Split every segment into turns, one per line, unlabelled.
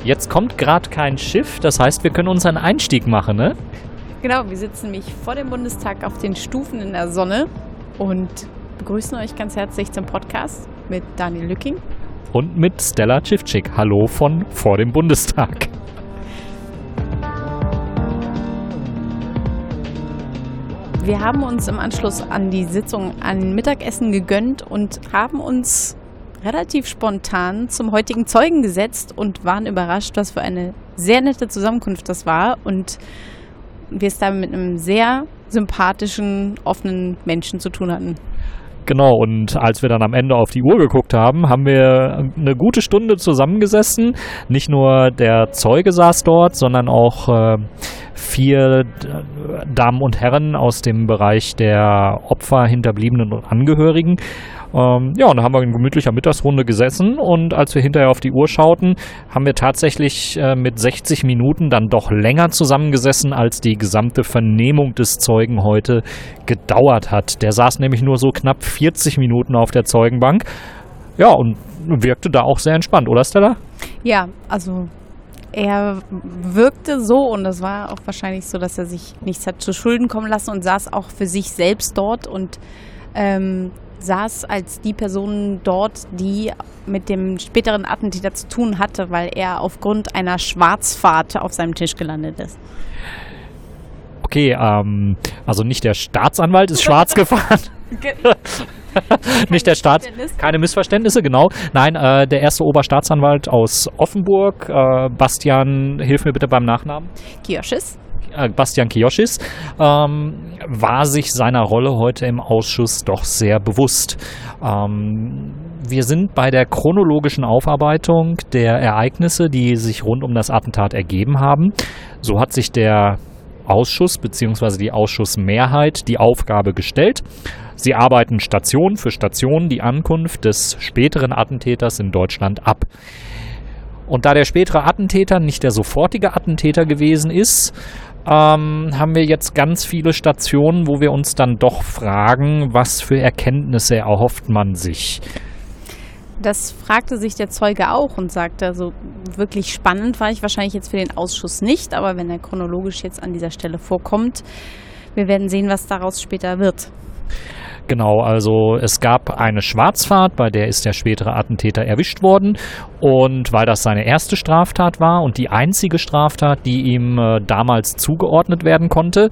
Jetzt kommt gerade kein Schiff, das heißt, wir können unseren Einstieg machen, ne?
Genau, wir sitzen nämlich vor dem Bundestag auf den Stufen in der Sonne und begrüßen euch ganz herzlich zum Podcast mit Daniel Lücking.
Und mit Stella Civcik. Hallo von vor dem Bundestag.
Wir haben uns im Anschluss an die Sitzung ein Mittagessen gegönnt und haben uns relativ spontan zum heutigen Zeugen gesetzt und waren überrascht, was für eine sehr nette Zusammenkunft das war und wir es da mit einem sehr sympathischen, offenen Menschen zu tun hatten.
Genau, und als wir dann am Ende auf die Uhr geguckt haben, haben wir eine gute Stunde zusammengesessen. Nicht nur der Zeuge saß dort, sondern auch 4 Damen und Herren aus dem Bereich der Opfer, Hinterbliebenen und Angehörigen. Und da haben wir in gemütlicher Mittagsrunde gesessen und als wir hinterher auf die Uhr schauten, haben wir tatsächlich mit 60 Minuten dann doch länger zusammengesessen, als die gesamte Vernehmung des Zeugen heute gedauert hat. Der saß nämlich nur so knapp 40 Minuten auf der Zeugenbank. Ja, und wirkte da auch sehr entspannt, oder Stella?
Ja, also er wirkte so und das war auch wahrscheinlich so, dass er sich nichts hat zu Schulden kommen lassen und saß auch für sich selbst dort und saß als die Person dort, die mit dem späteren Attentäter zu tun hatte, weil er aufgrund einer Schwarzfahrt auf seinem Tisch gelandet ist.
Okay, also nicht der Staatsanwalt ist schwarz gefahren. Nicht der Staat, keine Missverständnisse, genau. Nein, der erste Oberstaatsanwalt aus Offenburg, Bastian, hilf mir bitte beim Nachnamen.
Kioschis.
Bastian Kioschis, war sich seiner Rolle heute im Ausschuss doch sehr bewusst. Wir sind bei der chronologischen Aufarbeitung der Ereignisse, die sich rund um das Attentat ergeben haben. So hat sich der Ausschuss bzw. die Ausschussmehrheit die Aufgabe gestellt. Sie arbeiten Station für Station die Ankunft des späteren Attentäters in Deutschland ab. Und da der spätere Attentäter nicht der sofortige Attentäter gewesen ist, haben wir jetzt ganz viele Stationen, wo wir uns dann doch fragen, was für Erkenntnisse erhofft man sich.
Das fragte sich der Zeuge auch und sagte, also wirklich spannend war ich wahrscheinlich jetzt für den Ausschuss nicht, aber wenn er chronologisch jetzt an dieser Stelle vorkommt, wir werden sehen, was daraus später wird.
Genau, also es gab eine Schwarzfahrt, bei der ist der spätere Attentäter erwischt worden und weil das seine erste Straftat war und die einzige Straftat, die ihm damals zugeordnet werden konnte,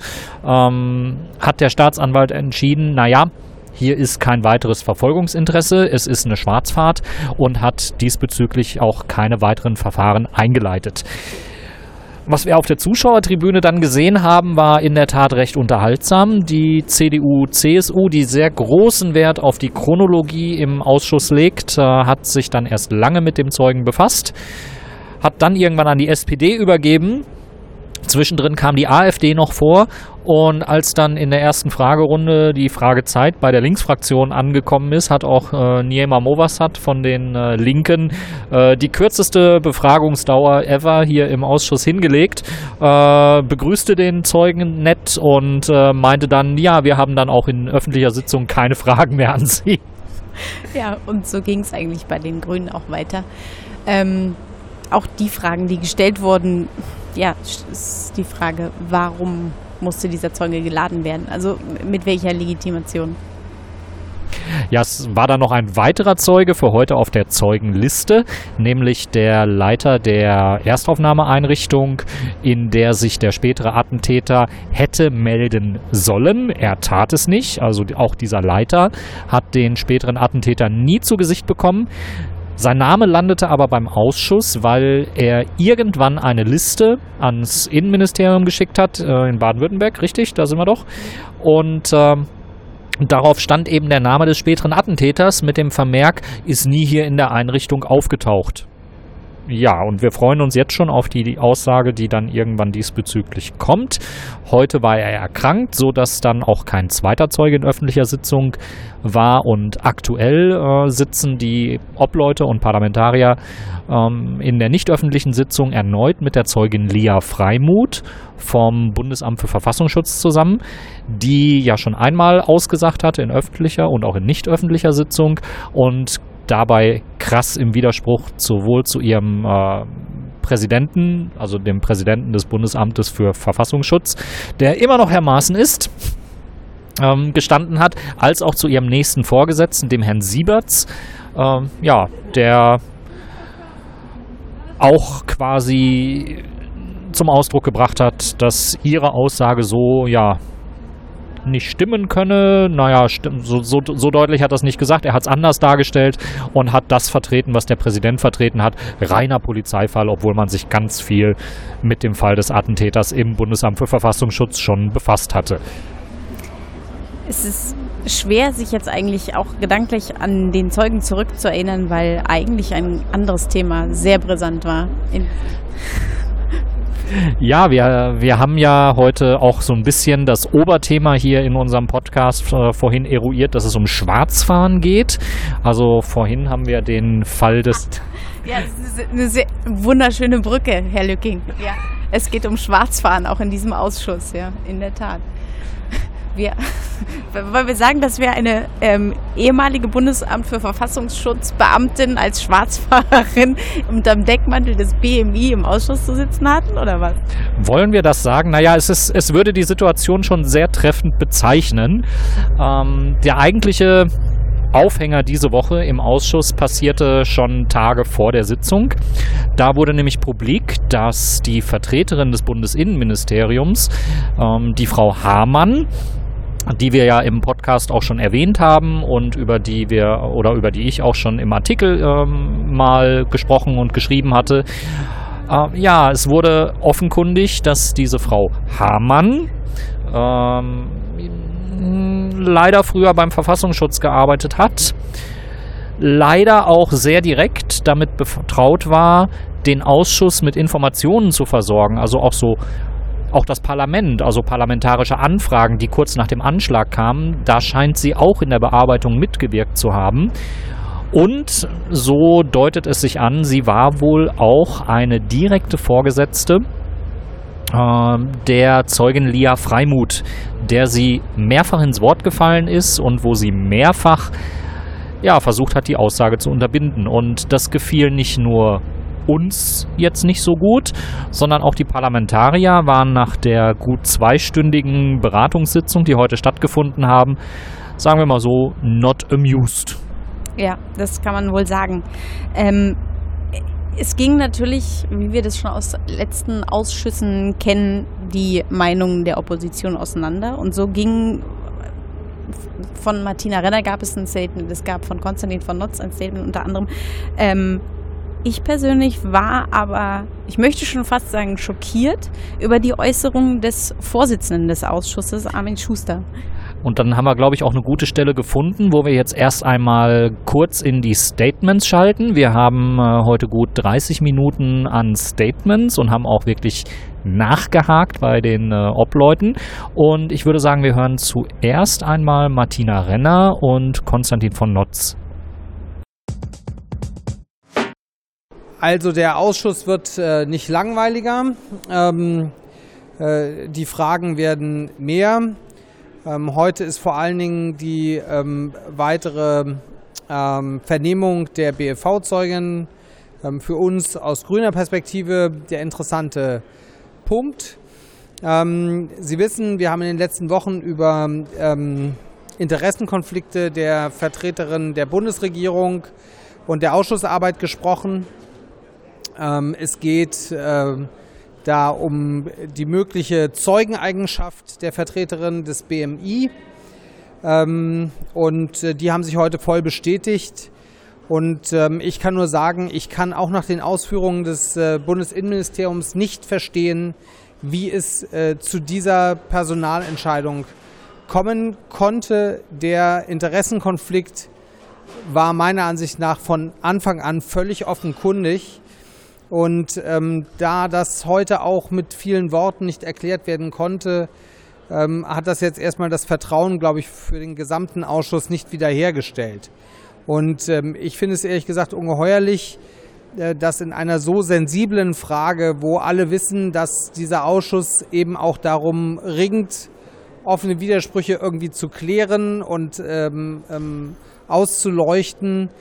hat der Staatsanwalt entschieden, naja, hier ist kein weiteres Verfolgungsinteresse, es ist eine Schwarzfahrt und hat diesbezüglich auch keine weiteren Verfahren eingeleitet. Was wir auf der Zuschauertribüne dann gesehen haben, war in der Tat recht unterhaltsam. Die CDU-CSU, die sehr großen Wert auf die Chronologie im Ausschuss legt, hat sich dann erst lange mit dem Zeugen befasst, hat dann irgendwann an die SPD übergeben. Zwischendrin kam die AfD noch vor und als dann in der ersten Fragerunde die Fragezeit bei der Linksfraktion angekommen ist, hat auch Niema Movassat von den Linken die kürzeste Befragungsdauer ever hier im Ausschuss hingelegt, begrüßte den Zeugen nett und meinte dann, ja, wir haben dann auch in öffentlicher Sitzung keine Fragen mehr an Sie.
Ja, und so ging es eigentlich bei den Grünen auch weiter. Auch die Fragen, die gestellt wurden, ja, ist die Frage, warum musste dieser Zeuge geladen werden? Also mit welcher Legitimation?
Ja, es war dann noch ein weiterer Zeuge für heute auf der Zeugenliste, nämlich der Leiter der Erstaufnahmeeinrichtung, in der sich der spätere Attentäter hätte melden sollen. Er tat es nicht, also auch dieser Leiter hat den späteren Attentäter nie zu Gesicht bekommen. Sein Name landete aber beim Ausschuss, weil er irgendwann eine Liste ans Innenministerium geschickt hat, in Baden-Württemberg, richtig, da sind wir doch. Und darauf stand eben der Name des späteren Attentäters mit dem Vermerk, ist nie hier in der Einrichtung aufgetaucht. Ja, und wir freuen uns jetzt schon auf die Aussage, die dann irgendwann diesbezüglich kommt. Heute war er erkrankt, sodass dann auch kein zweiter Zeuge in öffentlicher Sitzung war. Und aktuell sitzen die Obleute und Parlamentarier in der nicht öffentlichen Sitzung erneut mit der Zeugin Lia Freimuth vom Bundesamt für Verfassungsschutz zusammen, die ja schon einmal ausgesagt hatte in öffentlicher und auch in nicht öffentlicher Sitzung und dabei krass im Widerspruch sowohl zu ihrem Präsidenten, also dem Präsidenten des Bundesamtes für Verfassungsschutz, der immer noch Herr Maaßen ist, gestanden hat, als auch zu ihrem nächsten Vorgesetzten, dem Herrn Sieberts, der auch quasi zum Ausdruck gebracht hat, dass ihre Aussage so, nicht stimmen könne. So deutlich hat er es nicht gesagt. Er hat es anders dargestellt und hat das vertreten, was der Präsident vertreten hat. Reiner Polizeifall, obwohl man sich ganz viel mit dem Fall des Attentäters im Bundesamt für Verfassungsschutz schon befasst hatte.
Es ist schwer, sich jetzt eigentlich auch gedanklich an den Zeugen zurückzuerinnern, weil eigentlich ein anderes Thema sehr brisant war.
Ja, wir haben ja heute auch so ein bisschen das Oberthema hier in unserem Podcast vorhin eruiert, dass es um Schwarzfahren geht. Also vorhin haben wir den Fall des...
Ja, das ist eine sehr wunderschöne Brücke, Herr Lücking. Ja, es geht um Schwarzfahren, auch in diesem Ausschuss, ja, in der Tat. Wollen wir sagen, dass wir eine ehemalige Bundesamt für Verfassungsschutz-Beamtin als Schwarzfahrerin unterm Deckmantel des BMI im Ausschuss zu sitzen hatten, oder was?
Wollen wir das sagen? Naja, es würde die Situation schon sehr treffend bezeichnen. Der eigentliche Aufhänger diese Woche im Ausschuss passierte schon Tage vor der Sitzung. Da wurde nämlich publik, dass die Vertreterin des Bundesinnenministeriums, die Frau Hamann, die wir ja im Podcast auch schon erwähnt haben und über die ich auch schon im Artikel mal gesprochen und geschrieben hatte. Es wurde offenkundig, dass diese Frau Hamann leider früher beim Verfassungsschutz gearbeitet hat, leider auch sehr direkt damit betraut war, den Ausschuss mit Informationen zu versorgen, also auch das Parlament, also parlamentarische Anfragen, die kurz nach dem Anschlag kamen, da scheint sie auch in der Bearbeitung mitgewirkt zu haben. Und so deutet es sich an, sie war wohl auch eine direkte Vorgesetzte der Zeugin Lia Freimuth, der sie mehrfach ins Wort gefallen ist und wo sie mehrfach versucht hat, die Aussage zu unterbinden. Und das gefiel nicht nur uns jetzt nicht so gut, sondern auch die Parlamentarier waren nach der gut 2-stündigen Beratungssitzung, die heute stattgefunden haben, sagen wir mal so, not amused.
Ja, das kann man wohl sagen. Es ging natürlich, wie wir das schon aus letzten Ausschüssen kennen, die Meinungen der Opposition auseinander. Und so ging von Martina Renner gab es ein Statement, es gab von Konstantin von Notz ein Statement unter anderem. Ich persönlich war aber, ich möchte schon fast sagen, schockiert über die Äußerungen des Vorsitzenden des Ausschusses, Armin Schuster.
Und dann haben wir, glaube ich, auch eine gute Stelle gefunden, wo wir jetzt erst einmal kurz in die Statements schalten. Wir haben heute gut 30 Minuten an Statements und haben auch wirklich nachgehakt bei den Obleuten. Und ich würde sagen, wir hören zuerst einmal Martina Renner und Konstantin von Notz.
Also der Ausschuss wird nicht langweiliger. Die Fragen werden mehr. Heute ist vor allen Dingen die weitere Vernehmung der BFV-Zeugin für uns aus grüner Perspektive der interessante Punkt. Sie wissen, wir haben in den letzten Wochen über Interessenkonflikte der Vertreterin der Bundesregierung und der Ausschussarbeit gesprochen. Es geht da um die mögliche Zeugeneigenschaft der Vertreterin des BMI und die haben sich heute voll bestätigt und ich kann nur sagen, ich kann auch nach den Ausführungen des Bundesinnenministeriums nicht verstehen, wie es zu dieser Personalentscheidung kommen konnte. Der Interessenkonflikt war meiner Ansicht nach von Anfang an völlig offenkundig. Und da das heute auch mit vielen Worten nicht erklärt werden konnte, hat das jetzt erstmal das Vertrauen, glaube ich, für den gesamten Ausschuss nicht wiederhergestellt. Und ich finde es ehrlich gesagt ungeheuerlich, dass in einer so sensiblen Frage, wo alle wissen, dass dieser Ausschuss eben auch darum ringt, offene Widersprüche irgendwie zu klären und auszuleuchten,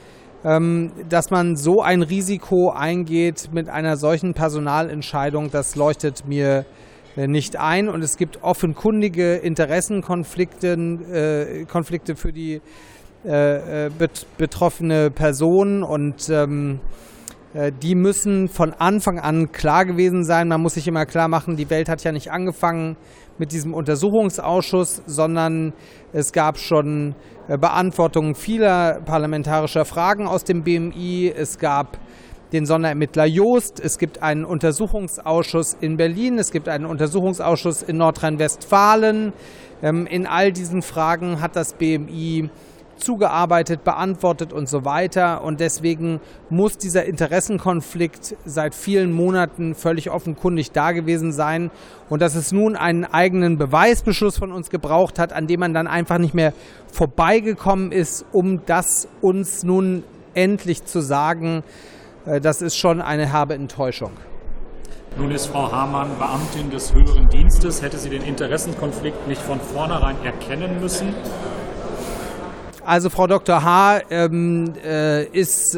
dass man so ein Risiko eingeht mit einer solchen Personalentscheidung, das leuchtet mir nicht ein. Und es gibt offenkundige Interessenkonflikte für die betroffene Person und die müssen von Anfang an klar gewesen sein. Man muss sich immer klar machen, die Welt hat ja nicht angefangen mit diesem Untersuchungsausschuss, sondern es gab schon Beantwortungen vieler parlamentarischer Fragen aus dem BMI. Es gab den Sonderermittler Joost, es gibt einen Untersuchungsausschuss in Berlin, es gibt einen Untersuchungsausschuss in Nordrhein-Westfalen. In all diesen Fragen hat das BMI zugearbeitet, beantwortet und so weiter. Und deswegen muss dieser Interessenkonflikt seit vielen Monaten völlig offenkundig da gewesen sein. Und dass es nun einen eigenen Beweisbeschluss von uns gebraucht hat, an dem man dann einfach nicht mehr vorbeigekommen ist, um das uns nun endlich zu sagen, das ist schon eine herbe Enttäuschung.
Nun ist Frau Hamann Beamtin des höheren Dienstes. Hätte sie den Interessenkonflikt nicht von vornherein erkennen müssen?
Also Frau Dr. H. ist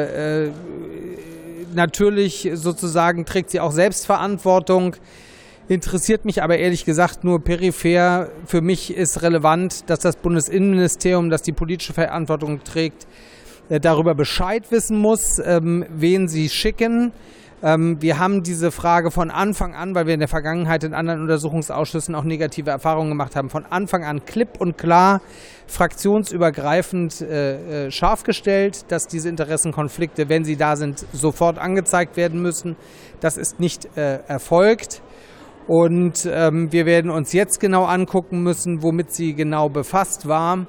natürlich sozusagen, trägt sie auch Selbstverantwortung, interessiert mich aber ehrlich gesagt nur peripher. Für mich ist relevant, dass das Bundesinnenministerium, das die politische Verantwortung trägt, darüber Bescheid wissen muss, wen sie schicken. Wir haben diese Frage von Anfang an, weil wir in der Vergangenheit in anderen Untersuchungsausschüssen auch negative Erfahrungen gemacht haben, von Anfang an klipp und klar fraktionsübergreifend scharf gestellt, dass diese Interessenkonflikte, wenn sie da sind, sofort angezeigt werden müssen. Das ist nicht erfolgt. Und wir werden uns jetzt genau angucken müssen, womit sie genau befasst war,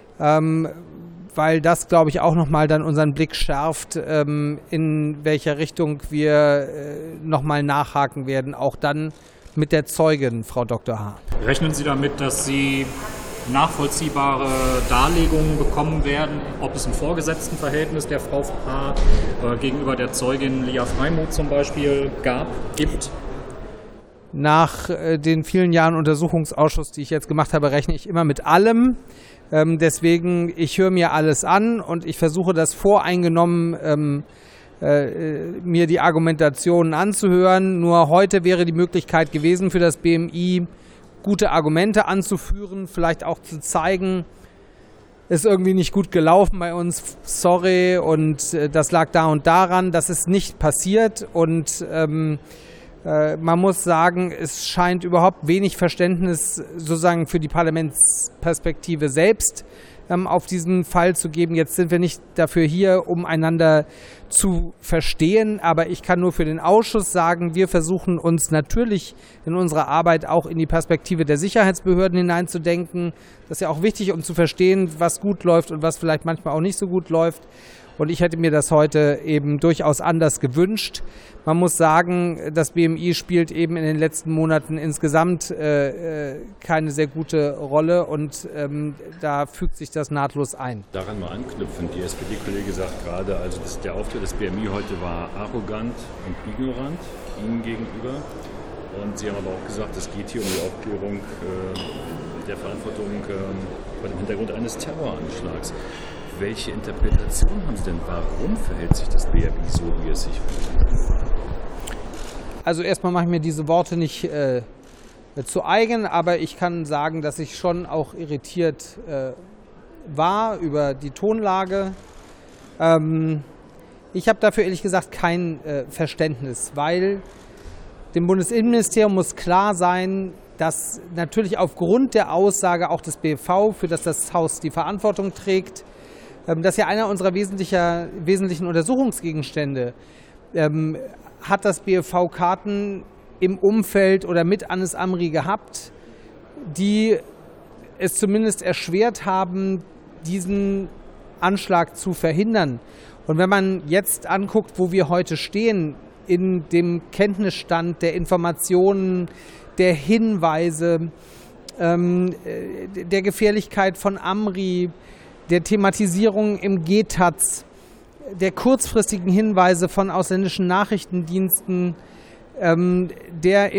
weil das, glaube ich, auch nochmal dann unseren Blick schärft, in welcher Richtung wir nochmal nachhaken werden, auch dann mit der Zeugin, Frau Dr. H.
Rechnen Sie damit, dass Sie nachvollziehbare Darlegungen bekommen werden, ob es ein Vorgesetztenverhältnis der Frau H. Gegenüber der Zeugin Lia Freimuth zum Beispiel gibt?
Nach den vielen Jahren Untersuchungsausschuss, die ich jetzt gemacht habe, rechne ich immer mit allem. Deswegen, ich höre mir alles an und ich versuche das voreingenommen, mir die Argumentationen anzuhören. Nur heute wäre die Möglichkeit gewesen für das BMI, gute Argumente anzuführen, vielleicht auch zu zeigen, ist irgendwie nicht gut gelaufen bei uns, sorry, und das lag da und daran. Das ist nicht passiert und man muss sagen, es scheint überhaupt wenig Verständnis sozusagen für die Parlamentsperspektive selbst auf diesen Fall zu geben. Jetzt sind wir nicht dafür hier, um einander zu verstehen, aber ich kann nur für den Ausschuss sagen, wir versuchen uns natürlich in unserer Arbeit auch in die Perspektive der Sicherheitsbehörden hineinzudenken. Das ist ja auch wichtig, um zu verstehen, was gut läuft und was vielleicht manchmal auch nicht so gut läuft. Und ich hätte mir das heute eben durchaus anders gewünscht. Man muss sagen, das BMI spielt eben in den letzten Monaten insgesamt keine sehr gute Rolle und da fügt sich das nahtlos ein.
Daran mal anknüpfen. Die SPD-Kollege sagt gerade, also der Auftritt des BMI heute war arrogant und ignorant Ihnen gegenüber. Und Sie haben aber auch gesagt, es geht hier um die Aufklärung der Verantwortung vor dem Hintergrund eines Terroranschlags. Welche Interpretation haben Sie denn? Warum verhält sich das BMI so, wie es sich verhält?
Also erstmal mache ich mir diese Worte nicht zu eigen, aber ich kann sagen, dass ich schon auch irritiert war über die Tonlage. Ich habe dafür ehrlich gesagt kein Verständnis, weil dem Bundesinnenministerium muss klar sein, dass natürlich aufgrund der Aussage auch des BFV, für das Haus die Verantwortung trägt, dass ja einer unserer wesentlichen Untersuchungsgegenstände hat das BFV Karten im Umfeld oder mit Anis Amri gehabt, die es zumindest erschwert haben, diesen Anschlag zu verhindern. Und wenn man jetzt anguckt, wo wir heute stehen, in dem Kenntnisstand der Informationen, der Hinweise, der Gefährlichkeit von Amri, der Thematisierung im GTAZ, der kurzfristigen Hinweise von ausländischen Nachrichtendiensten, der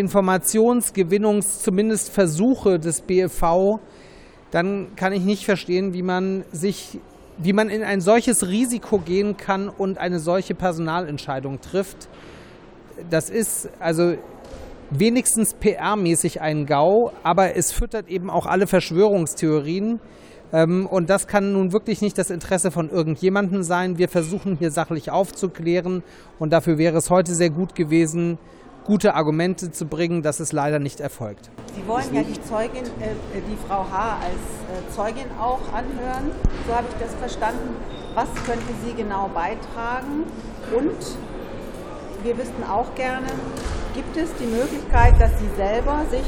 zumindest Versuche des BFV, dann kann ich nicht verstehen, wie man sich wie man in ein solches Risiko gehen kann und eine solche Personalentscheidung trifft, das ist also wenigstens PR-mäßig ein GAU, aber es füttert eben auch alle Verschwörungstheorien. Und das kann nun wirklich nicht das Interesse von irgendjemandem sein. Wir versuchen hier sachlich aufzuklären und dafür wäre es heute sehr gut gewesen, gute Argumente zu bringen. Das ist leider nicht erfolgt.
Sie wollen ja die Zeugin, die Frau H. als Zeugin auch anhören. So habe ich das verstanden. Was könnte sie genau beitragen? Und wir wüssten auch gerne, gibt es die Möglichkeit, dass sie selber sich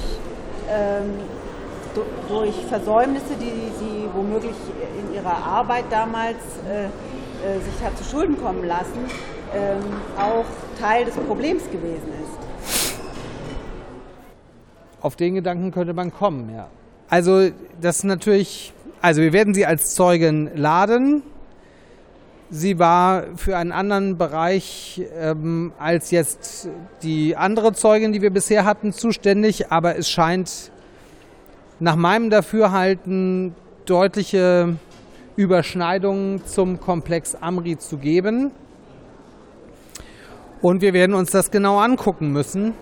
durch Versäumnisse, die sie womöglich in ihrer Arbeit damals sich hat zu Schulden kommen lassen, auch Teil des Problems gewesen ist?
Auf den Gedanken könnte man kommen, ja. Also das ist natürlich, also wir werden sie als Zeugin laden. Sie war für einen anderen Bereich als jetzt die andere Zeugin, die wir bisher hatten, zuständig, aber es scheint nach meinem Dafürhalten deutliche Überschneidungen zum Komplex Amri zu geben. Und wir werden uns das genau angucken müssen,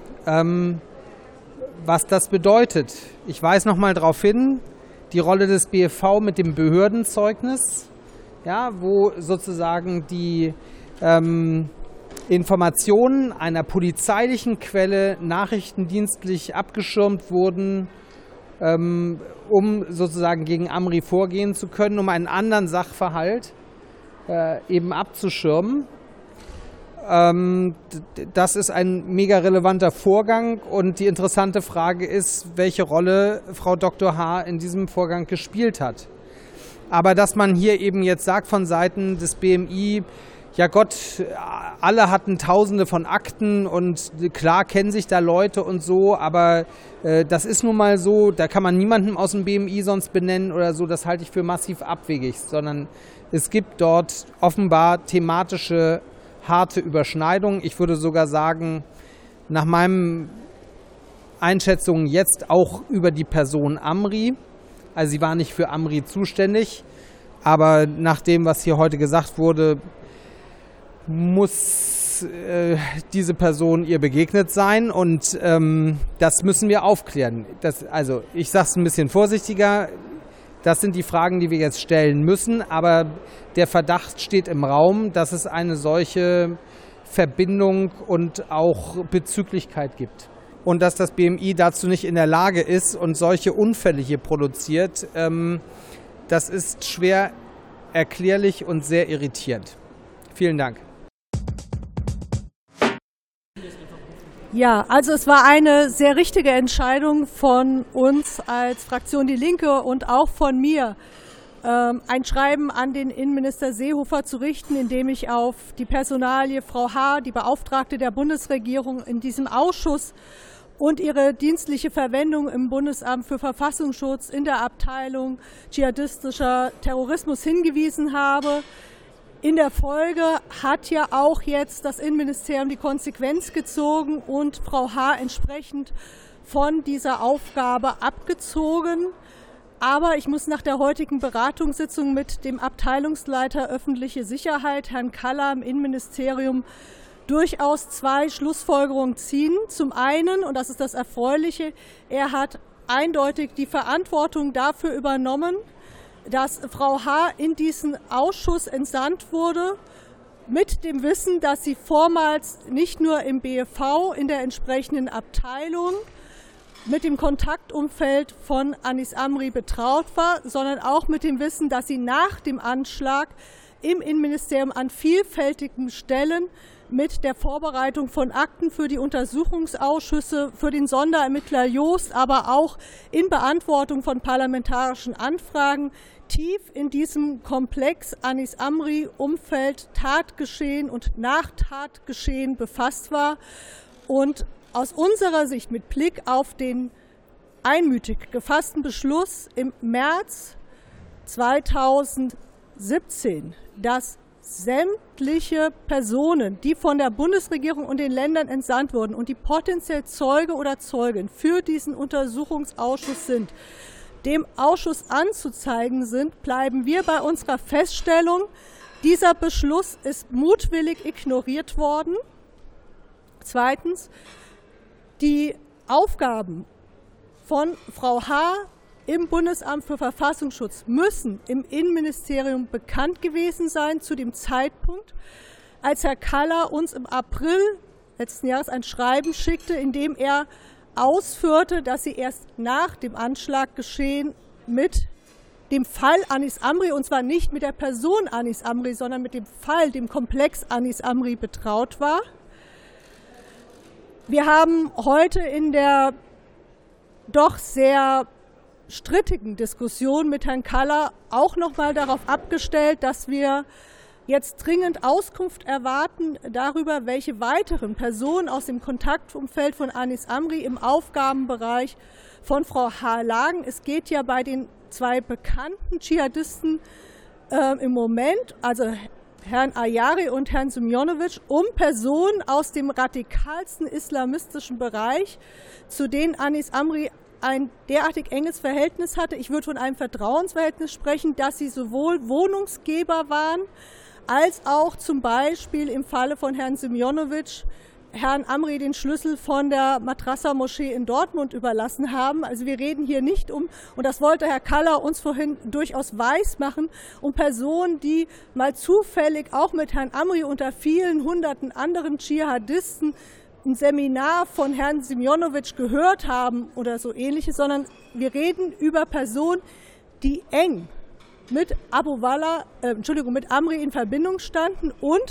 was das bedeutet. Ich weise nochmal darauf hin, die Rolle des BfV mit dem Behördenzeugnis, ja, wo sozusagen die Informationen einer polizeilichen Quelle nachrichtendienstlich abgeschirmt wurden, um sozusagen gegen Amri vorgehen zu können, um einen anderen Sachverhalt eben abzuschirmen. Das ist ein mega relevanter Vorgang und die interessante Frage ist, welche Rolle Frau Dr. H. in diesem Vorgang gespielt hat. Aber dass man hier eben jetzt sagt von Seiten des BMI, ja Gott, alle hatten Tausende von Akten und klar kennen sich da Leute und so, aber das ist nun mal so, da kann man niemanden aus dem BMI sonst benennen oder so, das halte ich für massiv abwegig, sondern es gibt dort offenbar thematische harte Überschneidungen. Ich würde sogar sagen, nach meinen Einschätzungen jetzt auch über die Person Amri. Also sie war nicht für Amri zuständig, aber nach dem, was hier heute gesagt wurde, muss diese Person ihr begegnet sein und das müssen wir aufklären. Also ich sage es ein bisschen vorsichtiger, das sind die Fragen, die wir jetzt stellen müssen, aber der Verdacht steht im Raum, dass es eine solche Verbindung und auch Bezüglichkeit gibt. Und dass das BMI dazu nicht in der Lage ist und solche Unfälle hier produziert, das ist schwer erklärlich und sehr irritierend. Vielen Dank.
Ja, also es war eine sehr richtige Entscheidung von uns als Fraktion Die Linke und auch von mir, ein Schreiben an den Innenminister Seehofer zu richten, in dem ich auf die Personalie Frau H., die Beauftragte der Bundesregierung in diesem Ausschuss, und ihre dienstliche Verwendung im Bundesamt für Verfassungsschutz in der Abteilung dschihadistischer Terrorismus hingewiesen habe. In der Folge hat ja auch jetzt das Innenministerium die Konsequenz gezogen und Frau H. entsprechend von dieser Aufgabe abgezogen. Aber ich muss nach der heutigen Beratungssitzung mit dem Abteilungsleiter öffentliche Sicherheit, Herrn Kaller im Innenministerium, durchaus zwei Schlussfolgerungen ziehen. Zum einen, und das ist das Erfreuliche, er hat eindeutig die Verantwortung dafür übernommen, dass Frau H. in diesen Ausschuss entsandt wurde, mit dem Wissen, dass sie vormals nicht nur im BfV in der entsprechenden Abteilung mit dem Kontaktumfeld von Anis Amri betraut war, sondern auch mit dem Wissen, dass sie nach dem Anschlag im Innenministerium an vielfältigen Stellen mit der Vorbereitung von Akten für die Untersuchungsausschüsse, für den Sonderermittler Joost, aber auch in Beantwortung von parlamentarischen Anfragen tief in diesem Komplex Anis Amri-Umfeld Tatgeschehen und Nachtatgeschehen befasst war und aus unserer Sicht mit Blick auf den einmütig gefassten Beschluss im März 2017, dass sämtliche Personen, die von der Bundesregierung und den Ländern entsandt wurden und die potenziell Zeuge oder Zeugin für diesen Untersuchungsausschuss sind, dem Ausschuss anzuzeigen sind, bleiben wir bei unserer Feststellung, dieser Beschluss ist mutwillig ignoriert worden. Zweitens, die Aufgaben von Frau H. im Bundesamt für Verfassungsschutz müssen im Innenministerium bekannt gewesen sein zu dem Zeitpunkt, als Herr Kaller uns im April letzten Jahres ein Schreiben schickte, in dem er ausführte, dass sie erst nach dem Anschlag geschehen mit dem Fall Anis Amri, und zwar nicht mit der Person Anis Amri, sondern mit dem Fall, dem Komplex Anis Amri betraut war. Wir haben heute in der doch sehr strittigen Diskussion mit Herrn Kaller auch nochmal darauf abgestellt, dass wir jetzt dringend Auskunft erwarten darüber, welche weiteren Personen aus dem Kontaktumfeld von Anis Amri im Aufgabenbereich von Frau H. lagen. Es geht ja bei den 2 bekannten Dschihadisten im Moment, also Herrn Ayari und Herrn Semjonovic, um Personen aus dem radikalsten islamistischen Bereich, zu denen Anis Amri ein derartig enges Verhältnis hatte. Ich würde von einem Vertrauensverhältnis sprechen, dass sie sowohl Wohnungsgeber waren, als auch zum Beispiel im Falle von Herrn Semjonovic Herrn Amri den Schlüssel von der Madrasa-Moschee in Dortmund überlassen haben. Also wir reden hier nicht und das wollte Herr Kaller uns vorhin durchaus weismachen, um Personen, die mal zufällig auch mit Herrn Amri unter vielen hunderten anderen Dschihadisten ein Seminar von Herrn Semjonovic gehört haben oder so ähnliches, sondern wir reden über Personen, die eng mit mit Amri in Verbindung standen, und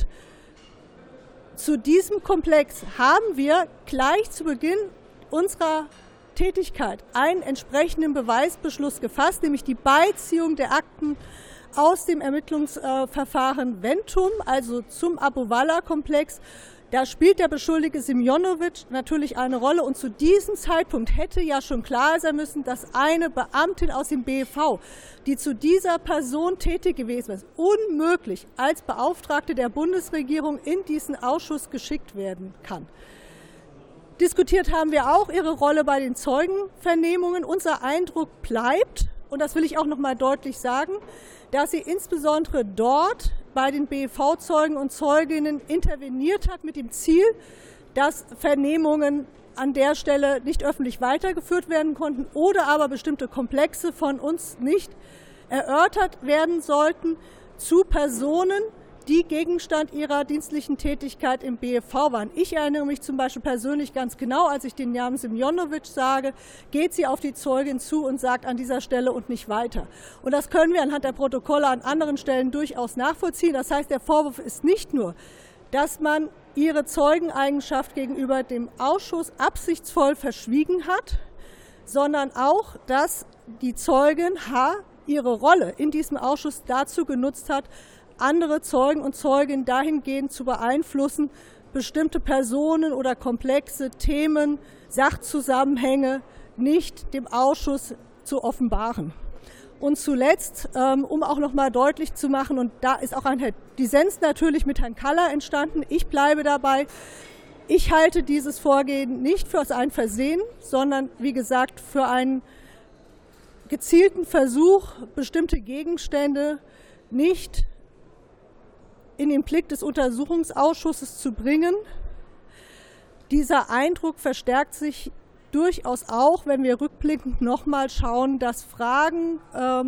zu diesem Komplex haben wir gleich zu Beginn unserer Tätigkeit einen entsprechenden Beweisbeschluss gefasst, nämlich die Beiziehung der Akten aus dem Ermittlungsverfahren Ventum, also zum Abu-Wallah-Komplex. Da spielt der Beschuldigte Semjonovic natürlich eine Rolle, und zu diesem Zeitpunkt hätte ja schon klar sein müssen, dass eine Beamtin aus dem BFV, die zu dieser Person tätig gewesen ist, unmöglich als Beauftragte der Bundesregierung in diesen Ausschuss geschickt werden kann. Diskutiert haben wir auch ihre Rolle bei den Zeugenvernehmungen. Unser Eindruck bleibt, und das will ich auch noch mal deutlich sagen, dass sie insbesondere dort bei den BFV-Zeugen und Zeuginnen interveniert hat mit dem Ziel, dass Vernehmungen an der Stelle nicht öffentlich weitergeführt werden konnten oder aber bestimmte Komplexe von uns nicht erörtert werden sollten zu Personen, die Gegenstand ihrer dienstlichen Tätigkeit im BFV waren. Ich erinnere mich zum Beispiel persönlich ganz genau, als ich den Namen Semjonovic sage, geht sie auf die Zeugin zu und sagt an dieser Stelle und nicht weiter. Und das können wir anhand der Protokolle an anderen Stellen durchaus nachvollziehen. Das heißt, der Vorwurf ist nicht nur, dass man ihre Zeugeneigenschaft gegenüber dem Ausschuss absichtsvoll verschwiegen hat, sondern auch, dass die Zeugin H. ihre Rolle in diesem Ausschuss dazu genutzt hat, andere Zeugen und Zeuginnen dahingehend zu beeinflussen, bestimmte Personen oder komplexe Themen, Sachzusammenhänge nicht dem Ausschuss zu offenbaren. Und zuletzt, um auch noch mal deutlich zu machen, und da ist auch ein Dissens natürlich mit Herrn Kaller entstanden, ich bleibe dabei, ich halte dieses Vorgehen nicht für ein Versehen, sondern wie gesagt für einen gezielten Versuch, bestimmte Gegenstände nicht in den Blick des Untersuchungsausschusses zu bringen. Dieser Eindruck verstärkt sich durchaus auch, wenn wir rückblickend nochmal schauen, dass Fragen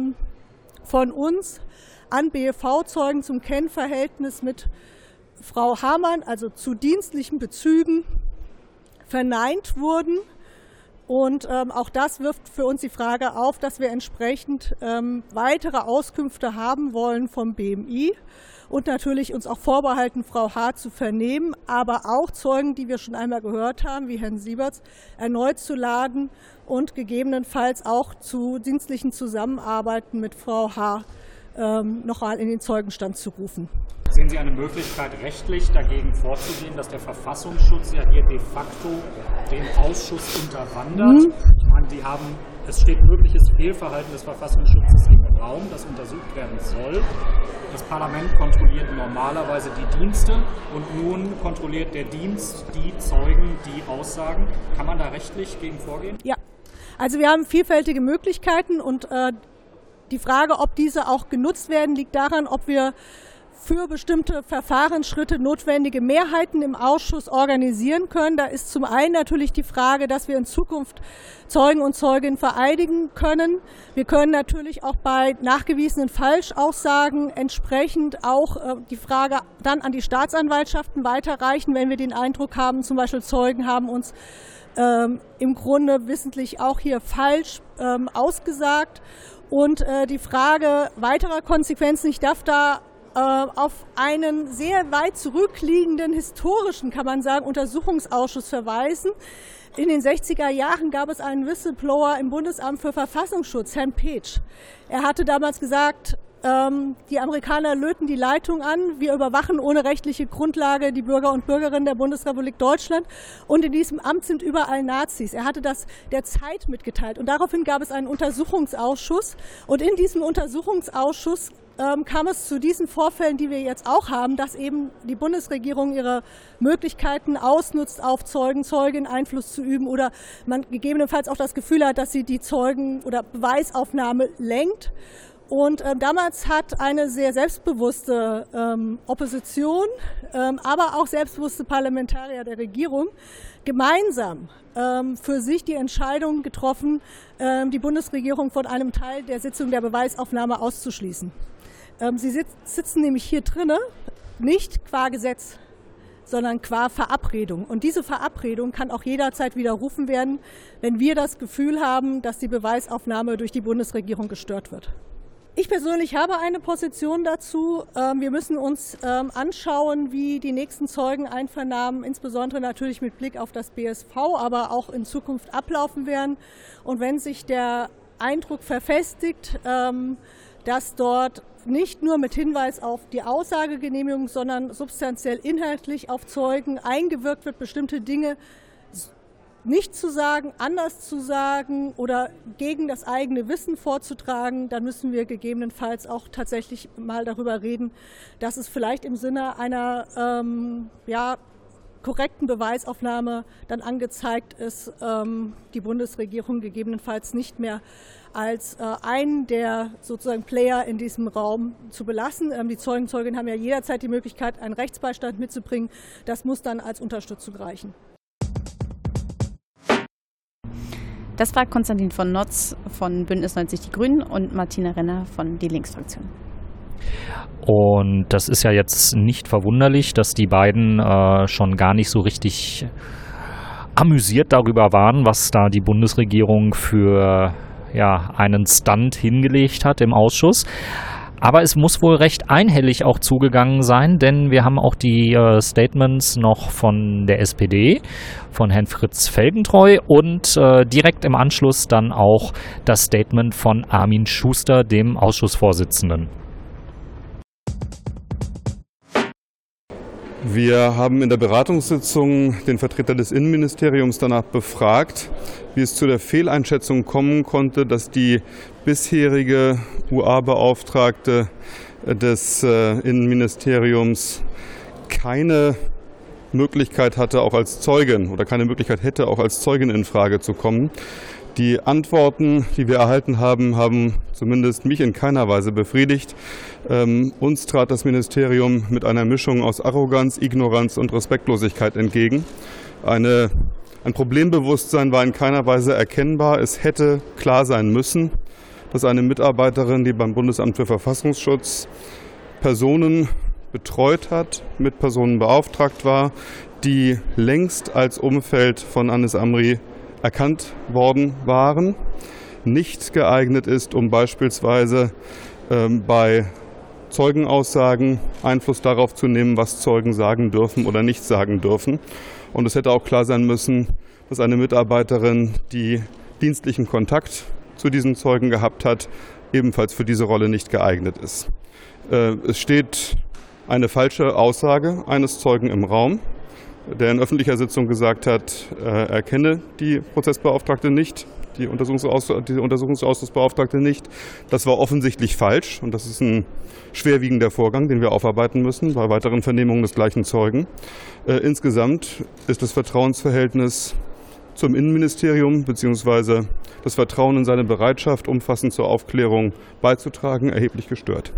von uns an BFV-Zeugen zum Kennverhältnis mit Frau Hamann, also zu dienstlichen Bezügen, verneint wurden. Und auch das wirft für uns die Frage auf, dass wir entsprechend weitere Auskünfte haben wollen vom BMI und natürlich uns auch vorbehalten, Frau H. zu vernehmen, aber auch Zeugen, die wir schon einmal gehört haben, wie Herrn Sieberts, erneut zu laden und gegebenenfalls auch zu dienstlichen Zusammenarbeiten mit Frau H. noch mal in den Zeugenstand zu rufen.
Sehen Sie eine Möglichkeit, rechtlich dagegen vorzugehen, dass der Verfassungsschutz ja hier de facto den Ausschuss unterwandert? Ich meine, es steht mögliches Fehlverhalten des Verfassungsschutzes im Raum, das untersucht werden soll. Das Parlament kontrolliert normalerweise die Dienste und nun kontrolliert der Dienst die Zeugen, die aussagen. Kann man da rechtlich gegen vorgehen?
Ja. Also wir haben vielfältige Möglichkeiten und die Frage, ob diese auch genutzt werden, liegt daran, ob wir für bestimmte Verfahrensschritte notwendige Mehrheiten im Ausschuss organisieren können. Da ist zum einen natürlich die Frage, dass wir in Zukunft Zeugen und Zeuginnen vereidigen können. Wir können natürlich auch bei nachgewiesenen Falschaussagen entsprechend auch die Frage dann an die Staatsanwaltschaften weiterreichen, wenn wir den Eindruck haben, zum Beispiel Zeugen haben uns im Grunde wissentlich auch hier falsch ausgesagt. Und die Frage weiterer Konsequenzen, ich darf da auf einen sehr weit zurückliegenden historischen, kann man sagen, Untersuchungsausschuss verweisen. In den 60er Jahren gab es einen Whistleblower im Bundesamt für Verfassungsschutz, Herrn Petsch. Er hatte damals gesagt, die Amerikaner löten die Leitung an, wir überwachen ohne rechtliche Grundlage die Bürger und Bürgerinnen der Bundesrepublik Deutschland und in diesem Amt sind überall Nazis. Er hatte das der Zeit mitgeteilt und daraufhin gab es einen Untersuchungsausschuss und in diesem Untersuchungsausschuss kam es zu diesen Vorfällen, die wir jetzt auch haben, dass eben die Bundesregierung ihre Möglichkeiten ausnutzt, auf Zeugen, Zeuginnen Einfluss zu üben oder man gegebenenfalls auch das Gefühl hat, dass sie die Zeugen- oder Beweisaufnahme lenkt. Und damals hat eine sehr selbstbewusste Opposition, aber auch selbstbewusste Parlamentarier der Regierung gemeinsam für sich die Entscheidung getroffen, die Bundesregierung von einem Teil der Sitzung der Beweisaufnahme auszuschließen. Sie sitzen nämlich hier drinne, nicht qua Gesetz, sondern qua Verabredung. Und diese Verabredung kann auch jederzeit widerrufen werden, wenn wir das Gefühl haben, dass die Beweisaufnahme durch die Bundesregierung gestört wird. Ich persönlich habe eine Position dazu. Wir müssen uns anschauen, wie die nächsten Zeugeneinvernahmen, insbesondere natürlich mit Blick auf das BSV, aber auch in Zukunft ablaufen werden. Und wenn sich der Eindruck verfestigt, dass dort nicht nur mit Hinweis auf die Aussagegenehmigung, sondern substanziell inhaltlich auf Zeugen eingewirkt wird, bestimmte Dinge nicht zu sagen, anders zu sagen oder gegen das eigene Wissen vorzutragen, dann müssen wir gegebenenfalls auch tatsächlich mal darüber reden, dass es vielleicht im Sinne einer korrekten Beweisaufnahme dann angezeigt ist, die Bundesregierung gegebenenfalls nicht mehr als einen der sozusagen Player in diesem Raum zu belassen. Die Zeugen und Zeuginnen haben ja jederzeit die Möglichkeit, einen Rechtsbeistand mitzubringen. Das muss dann als Unterstützung reichen.
Das war Konstantin von Notz von Bündnis 90 Die Grünen und Martina Renner von Die Linksfraktion.
Und das ist ja jetzt nicht verwunderlich, dass die beiden schon gar nicht so richtig amüsiert darüber waren, was da die Bundesregierung für einen Stunt hingelegt hat im Ausschuss. Aber es muss wohl recht einhellig auch zugegangen sein, denn wir haben auch die Statements noch von der SPD, von Herrn Fritz Felgentreu und direkt im Anschluss dann auch das Statement von Armin Schuster, dem Ausschussvorsitzenden.
Wir haben in der Beratungssitzung den Vertreter des Innenministeriums danach befragt, wie es zu der Fehleinschätzung kommen konnte, dass die bisherige UA-Beauftragte des Innenministeriums keine Möglichkeit hatte, auch als Zeugin oder keine Möglichkeit hätte, auch als Zeugin in Frage zu kommen. Die Antworten, die wir erhalten haben, haben zumindest mich in keiner Weise befriedigt. Uns trat das Ministerium mit einer Mischung aus Arroganz, Ignoranz und Respektlosigkeit entgegen. Ein Problembewusstsein war in keiner Weise erkennbar. Es hätte klar sein müssen, dass eine Mitarbeiterin, die beim Bundesamt für Verfassungsschutz Personen betreut hat, mit Personen beauftragt war, die längst als Umfeld von Anis Amri erkannt worden waren, nicht geeignet ist, um beispielsweise bei Zeugenaussagen Einfluss darauf zu nehmen, was Zeugen sagen dürfen oder nicht sagen dürfen. Und es hätte auch klar sein müssen, dass eine Mitarbeiterin, die dienstlichen Kontakt zu diesen Zeugen gehabt hat, ebenfalls für diese Rolle nicht geeignet ist. Es steht eine falsche Aussage eines Zeugen im Raum, der in öffentlicher Sitzung gesagt hat, er kenne die Prozessbeauftragte nicht, die Untersuchungsausschussbeauftragte nicht. Das war offensichtlich falsch und das ist ein schwerwiegender Vorgang, den wir aufarbeiten müssen bei weiteren Vernehmungen des gleichen Zeugen. Insgesamt ist das Vertrauensverhältnis zum Innenministerium bzw. das Vertrauen in seine Bereitschaft, umfassend zur Aufklärung beizutragen, erheblich gestört.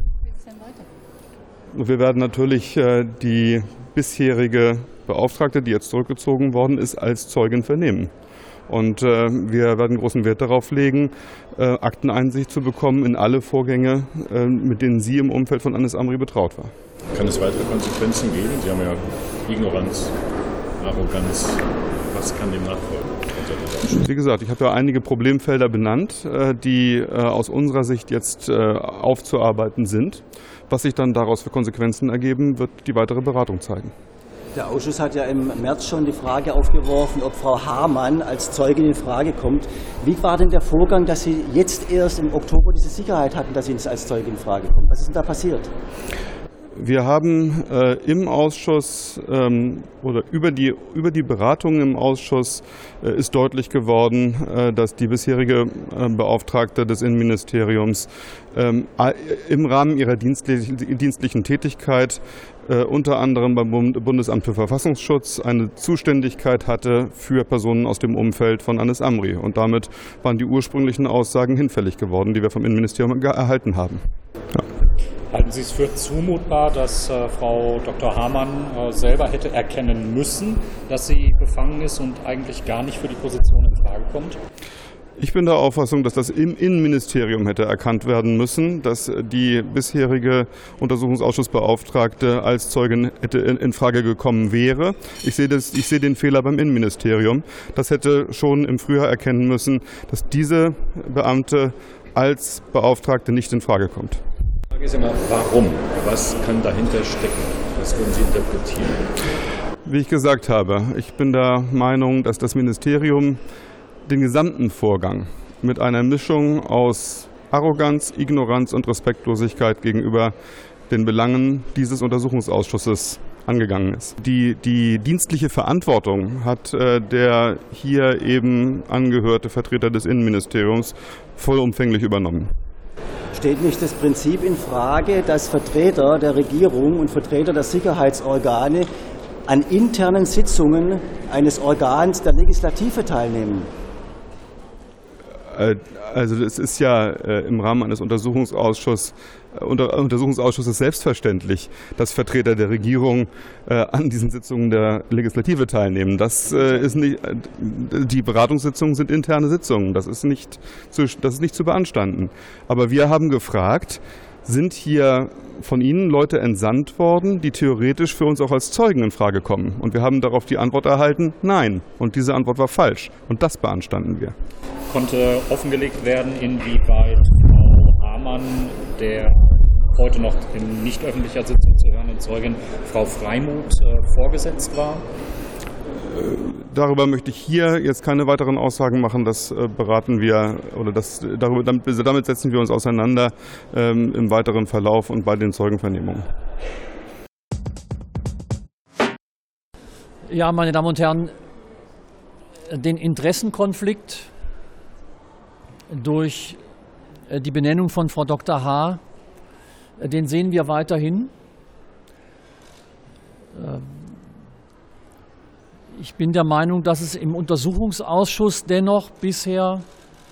Wir werden natürlich die bisherige Beauftragte, die jetzt zurückgezogen worden ist, als Zeugin vernehmen. Und wir werden großen Wert darauf legen, Akteneinsicht zu bekommen in alle Vorgänge, mit denen sie im Umfeld von Anis Amri betraut war.
Kann es weitere Konsequenzen geben? Sie haben ja Ignoranz, Arroganz. Was kann dem nachfolgen?
Wie gesagt, ich habe ja einige Problemfelder benannt, die aus unserer Sicht jetzt aufzuarbeiten sind. Was sich dann daraus für Konsequenzen ergeben, wird die weitere Beratung zeigen.
Der Ausschuss hat ja im März schon die Frage aufgeworfen, ob Frau Hamann als Zeugin in Frage kommt. Wie war denn der Vorgang, dass Sie jetzt erst im Oktober diese Sicherheit hatten, dass Sie als Zeugin in Frage kommt? Was ist denn da passiert?
Wir haben im Ausschuss oder über die Beratungen im Ausschuss ist deutlich geworden, dass die bisherige Beauftragte des Innenministeriums im Rahmen ihrer dienstlichen Tätigkeit unter anderem beim Bundesamt für Verfassungsschutz eine Zuständigkeit hatte für Personen aus dem Umfeld von Anis Amri. Und damit waren die ursprünglichen Aussagen hinfällig geworden, die wir vom Innenministerium erhalten haben. Ja.
Halten Sie es für zumutbar, dass Frau Dr. Hamann selber hätte erkennen müssen, dass sie befangen ist und eigentlich gar nicht für die Position in Frage kommt?
Ich bin der Auffassung, dass das im Innenministerium hätte erkannt werden müssen, dass die bisherige Untersuchungsausschussbeauftragte als Zeugin hätte in Frage gekommen wäre. Ich sehe den Fehler beim Innenministerium. Das hätte schon im Frühjahr erkennen müssen, dass diese Beamte als Beauftragte nicht in Frage kommt.
Die Frage ist immer, warum? Was kann dahinter stecken? Was würden Sie interpretieren?
Wie ich gesagt habe, ich bin der Meinung, dass das Ministerium den gesamten Vorgang mit einer Mischung aus Arroganz, Ignoranz und Respektlosigkeit gegenüber den Belangen dieses Untersuchungsausschusses angegangen ist. Die dienstliche Verantwortung hat der hier eben angehörte Vertreter des Innenministeriums vollumfänglich übernommen.
Steht nicht das Prinzip in Frage, dass Vertreter der Regierung und Vertreter der Sicherheitsorgane an internen Sitzungen eines Organs der Legislative teilnehmen?
Also es ist ja im Rahmen eines Untersuchungsausschusses selbstverständlich, dass Vertreter der Regierung an diesen Sitzungen der Legislative teilnehmen. Das ist nicht, die Beratungssitzungen sind interne Sitzungen. Das ist nicht zu beanstanden. Aber wir haben gefragt, sind hier von Ihnen Leute entsandt worden, die theoretisch für uns auch als Zeugen in Frage kommen? Und wir haben darauf die Antwort erhalten, nein. Und diese Antwort war falsch. Und das beanstanden wir.
Konnte offengelegt werden, inwieweit Frau Hamann, der heute noch in nicht öffentlicher Sitzung zu hörenden Zeugin, Frau Freimuth, vorgesetzt war?
Darüber möchte ich hier jetzt keine weiteren Aussagen machen. Das beraten wir oder damit setzen wir uns auseinander im weiteren Verlauf und bei den Zeugenvernehmungen.
Ja, meine Damen und Herren, den Interessenkonflikt durch die Benennung von Frau Dr. H., den sehen wir weiterhin. Ich bin der Meinung, dass es im Untersuchungsausschuss dennoch bisher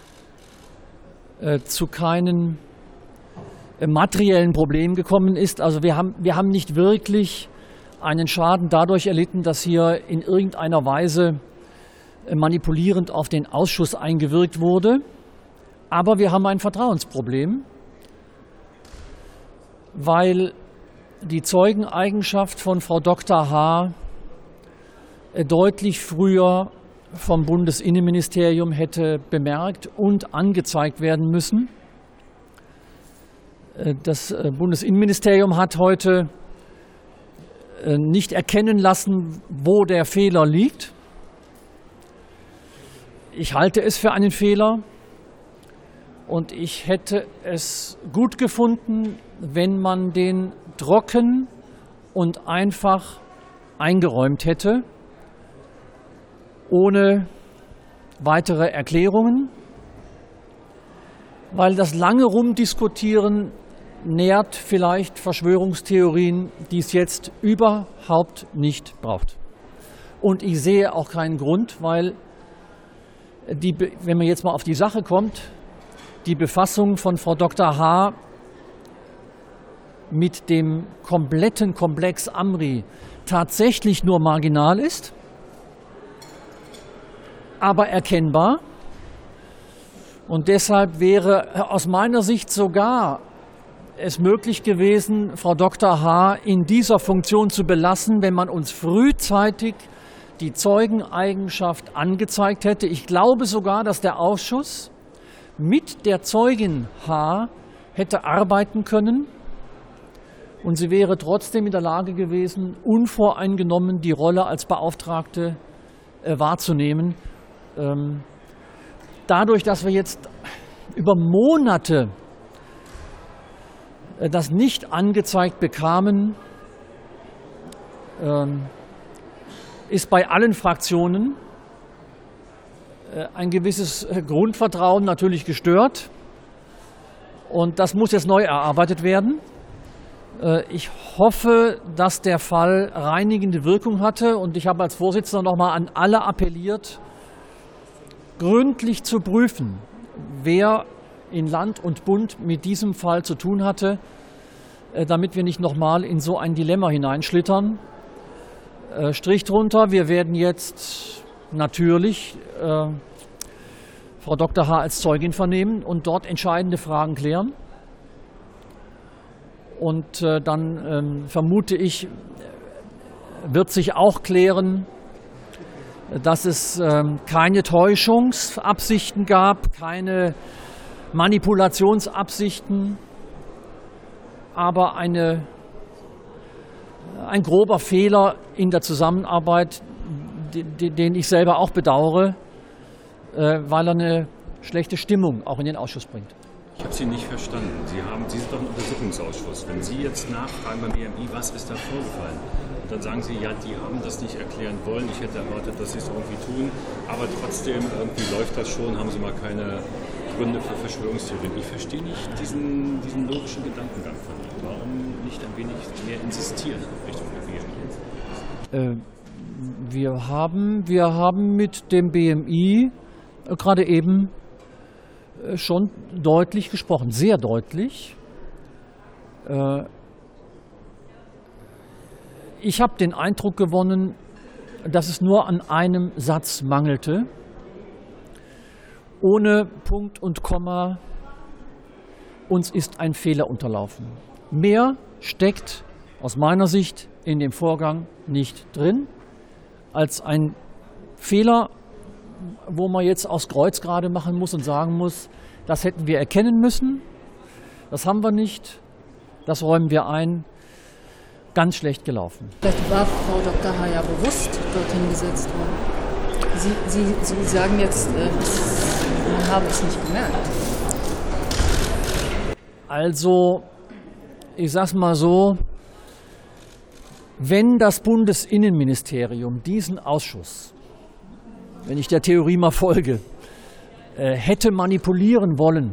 zu keinen materiellen Problemen gekommen ist. Also wir haben nicht wirklich einen Schaden dadurch erlitten, dass hier in irgendeiner Weise manipulierend auf den Ausschuss eingewirkt wurde. Aber wir haben ein Vertrauensproblem, weil die Zeugeneigenschaft von Frau Dr. H. deutlich früher vom Bundesinnenministerium hätte bemerkt und angezeigt werden müssen. Das Bundesinnenministerium hat heute nicht erkennen lassen, wo der Fehler liegt. Ich halte es für einen Fehler. Und ich hätte es gut gefunden, wenn man den trocken und einfach eingeräumt hätte, ohne weitere Erklärungen, weil das lange Rumdiskutieren nährt vielleicht Verschwörungstheorien, die es jetzt überhaupt nicht braucht. Und ich sehe auch keinen Grund, weil wenn man jetzt mal auf die Sache kommt, die Befassung von Frau Dr. H. mit dem kompletten Komplex Amri tatsächlich nur marginal ist, aber erkennbar. Und deshalb wäre aus meiner Sicht sogar es möglich gewesen, Frau Dr. H. in dieser Funktion zu belassen, wenn man uns frühzeitig die Zeugeneigenschaft angezeigt hätte. Ich glaube sogar, dass der Ausschuss mit der Zeugin H. hätte arbeiten können und sie wäre trotzdem in der Lage gewesen, unvoreingenommen die Rolle als Beauftragte wahrzunehmen. Dadurch, dass wir jetzt über Monate das nicht angezeigt bekamen, ist bei allen Fraktionen ein gewisses Grundvertrauen natürlich gestört. Und das muss jetzt neu erarbeitet werden. Ich hoffe, dass der Fall reinigende Wirkung hatte. Und ich habe als Vorsitzender nochmal an alle appelliert, gründlich zu prüfen, wer in Land und Bund mit diesem Fall zu tun hatte, damit wir nicht nochmal in so ein Dilemma hineinschlittern. Strich drunter, wir werden jetzt natürlich Frau Dr. H. als Zeugin vernehmen und dort entscheidende Fragen klären. Und dann vermute ich, wird sich auch klären, dass es keine Täuschungsabsichten gab, keine Manipulationsabsichten, aber ein grober Fehler in der Zusammenarbeit, den ich selber auch bedauere, weil er eine schlechte Stimmung auch in den Ausschuss bringt.
Ich habe Sie nicht verstanden. Sie sind doch ein Untersuchungsausschuss. Wenn Sie jetzt nachfragen beim BMI, was ist da vorgefallen? Und dann sagen Sie, ja, die haben das nicht erklären wollen. Ich hätte erwartet, dass Sie es irgendwie tun. Aber trotzdem, irgendwie läuft das schon. Haben Sie mal keine Gründe für Verschwörungstheorien? Ich verstehe nicht diesen logischen Gedankengang von Ihnen. Warum nicht ein wenig mehr insistieren Richtung BMI?
Wir haben mit dem BMI gerade eben schon deutlich gesprochen, sehr deutlich. Ich habe den Eindruck gewonnen, dass es nur an einem Satz mangelte. Ohne Punkt und Komma, uns ist ein Fehler unterlaufen. Mehr steckt aus meiner Sicht in dem Vorgang nicht drin, als ein Fehler, wo man jetzt aus Kreuz gerade machen muss und sagen muss, das hätten wir erkennen müssen, das haben wir nicht, das räumen wir ein, ganz schlecht gelaufen.
Vielleicht war Frau Dr. H. ja bewusst dorthin gesetzt worden. Sie sagen jetzt, man habe es nicht gemerkt.
Also, ich sag's mal so, wenn das Bundesinnenministerium diesen Ausschuss, wenn ich der Theorie mal folge, hätte manipulieren wollen,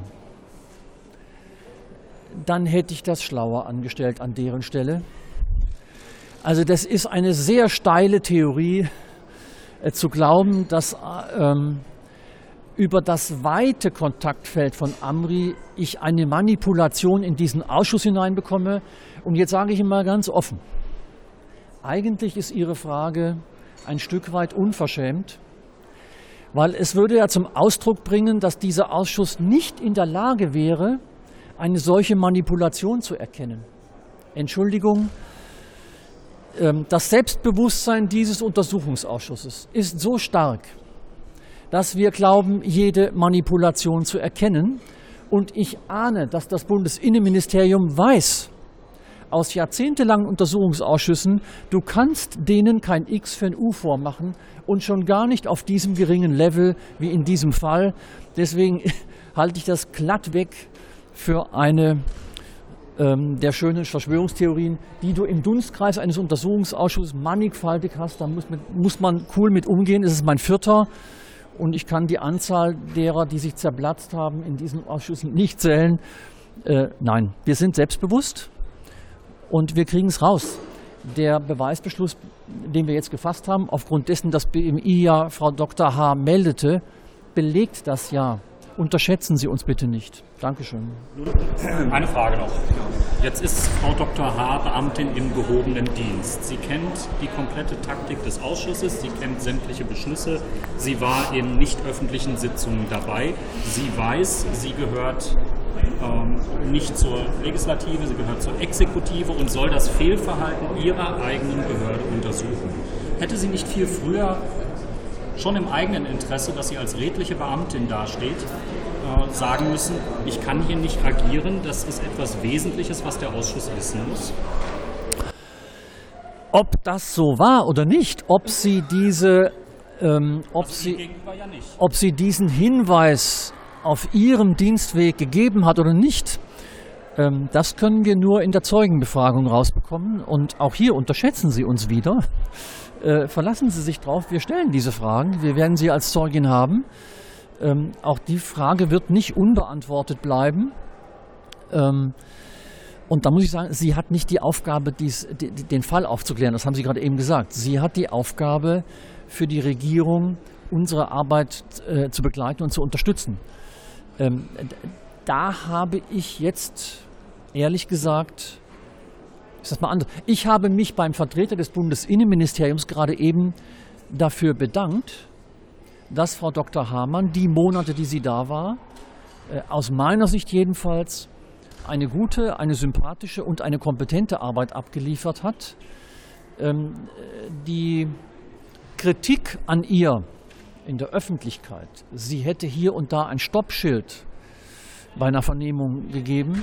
dann hätte ich das schlauer angestellt an deren Stelle. Also das ist eine sehr steile Theorie, zu glauben, dass über das weite Kontaktfeld von Amri ich eine Manipulation in diesen Ausschuss hineinbekomme. Und jetzt sage ich Ihnen mal ganz offen, eigentlich ist Ihre Frage ein Stück weit unverschämt, weil es würde ja zum Ausdruck bringen, dass dieser Ausschuss nicht in der Lage wäre, eine solche Manipulation zu erkennen. Entschuldigung, das Selbstbewusstsein dieses Untersuchungsausschusses ist so stark, dass wir glauben, jede Manipulation zu erkennen. Und ich ahne, dass das Bundesinnenministerium weiß, aus jahrzehntelangen Untersuchungsausschüssen, du kannst denen kein X für ein U vormachen und schon gar nicht auf diesem geringen Level wie in diesem Fall. Deswegen halte ich das glatt weg für eine der schönen Verschwörungstheorien, die du im Dunstkreis eines Untersuchungsausschusses mannigfaltig hast. Da muss man cool mit umgehen. Es ist mein 4. und ich kann die Anzahl derer, die sich zerplatzt haben, in diesen Ausschüssen nicht zählen. Nein, wir sind selbstbewusst. Und wir kriegen es raus. Der Beweisbeschluss, den wir jetzt gefasst haben, aufgrund dessen, dass BMI ja Frau Dr. H. meldete, belegt das ja. Unterschätzen Sie uns bitte nicht. Dankeschön.
Eine Frage noch. Jetzt ist Frau Dr. H. Beamtin im gehobenen Dienst. Sie kennt die komplette Taktik des Ausschusses, sie kennt sämtliche Beschlüsse, sie war in nicht öffentlichen Sitzungen dabei. Sie weiß, sie gehört nicht zur Legislative, sie gehört zur Exekutive und soll das Fehlverhalten ihrer eigenen Behörde untersuchen. Hätte sie nicht viel früher schon im eigenen Interesse, dass sie als redliche Beamtin dasteht, sagen müssen, ich kann hier nicht agieren, das ist etwas Wesentliches, was der Ausschuss wissen muss?
Ob das so war oder nicht, ob sie diesen Hinweis auf ihrem Dienstweg gegeben hat oder nicht, das können wir nur in der Zeugenbefragung rausbekommen. Und auch hier unterschätzen Sie uns wieder. Verlassen Sie sich drauf, wir stellen diese Fragen, wir werden sie als Zeugin haben. Auch die Frage wird nicht unbeantwortet bleiben. Und da muss ich sagen, sie hat nicht die Aufgabe, den Fall aufzuklären, das haben Sie gerade eben gesagt. Sie hat die Aufgabe, für die Regierung unsere Arbeit zu begleiten und zu unterstützen. Da habe ich jetzt, ehrlich gesagt, ich habe mich beim Vertreter des Bundesinnenministeriums gerade eben dafür bedankt, dass Frau Dr. Hamann die Monate, die sie da war, aus meiner Sicht jedenfalls eine gute, eine sympathische und eine kompetente Arbeit abgeliefert hat. Die Kritik an ihr in der Öffentlichkeit, sie hätte hier und da ein Stoppschild bei einer Vernehmung gegeben,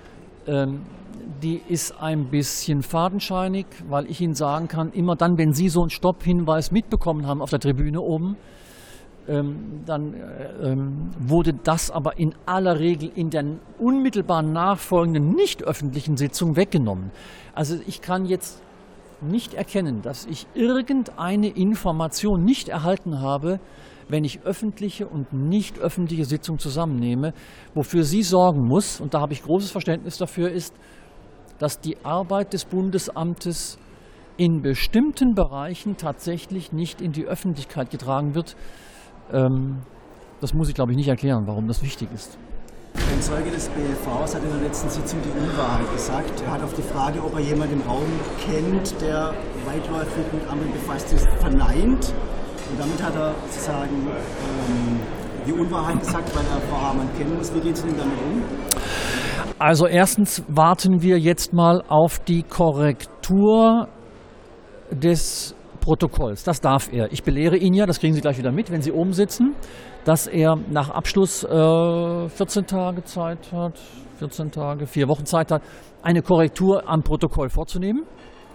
die ist ein bisschen fadenscheinig, weil ich Ihnen sagen kann, immer dann, wenn Sie so einen Stopphinweis mitbekommen haben auf der Tribüne oben, dann wurde das aber in aller Regel in der unmittelbar nachfolgenden nicht öffentlichen Sitzung weggenommen. Also ich kann jetzt nicht erkennen, dass ich irgendeine Information nicht erhalten habe, wenn ich öffentliche und nicht öffentliche Sitzungen zusammennehme. Wofür sie sorgen muss, und da habe ich großes Verständnis dafür, ist, dass die Arbeit des Bundesamtes in bestimmten Bereichen tatsächlich nicht in die Öffentlichkeit getragen wird. Das muss ich, glaube ich, nicht erklären, warum das wichtig ist.
Ein Zeuge des BLVs hat in der letzten Sitzung die Unwahrheit gesagt. Er hat auf die Frage, ob er jemanden im Raum kennt, der weitläufig mit Ampeln befasst ist, verneint. Und damit hat er sozusagen die Unwahrheit gesagt, weil er Frau Hamann kennen muss. Wie geht es denn damit um?
Also erstens warten wir jetzt mal auf die Korrektur des Protokolls. Das darf er. Ich belehre ihn ja, das kriegen Sie gleich wieder mit, wenn Sie oben sitzen, dass er nach Abschluss 14 Tage Zeit hat, 4 Wochen Zeit hat, eine Korrektur am Protokoll vorzunehmen.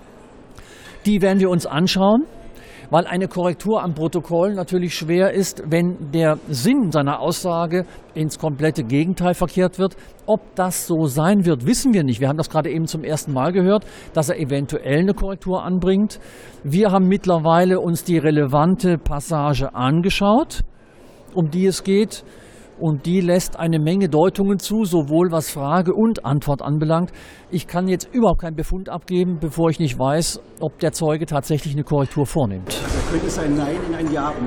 Die werden wir uns anschauen, weil eine Korrektur am Protokoll natürlich schwer ist, wenn der Sinn seiner Aussage ins komplette Gegenteil verkehrt wird. Ob das so sein wird, wissen wir nicht. Wir haben das gerade eben zum ersten Mal gehört, dass er eventuell eine Korrektur anbringt. Wir haben mittlerweile uns die relevante Passage angeschaut, um die es geht. Und die lässt eine Menge Deutungen zu, sowohl was Frage und Antwort anbelangt. Ich kann jetzt überhaupt keinen Befund abgeben, bevor ich nicht weiß, ob der Zeuge tatsächlich eine Korrektur vornimmt.
Also könnte sein Nein in ein Ja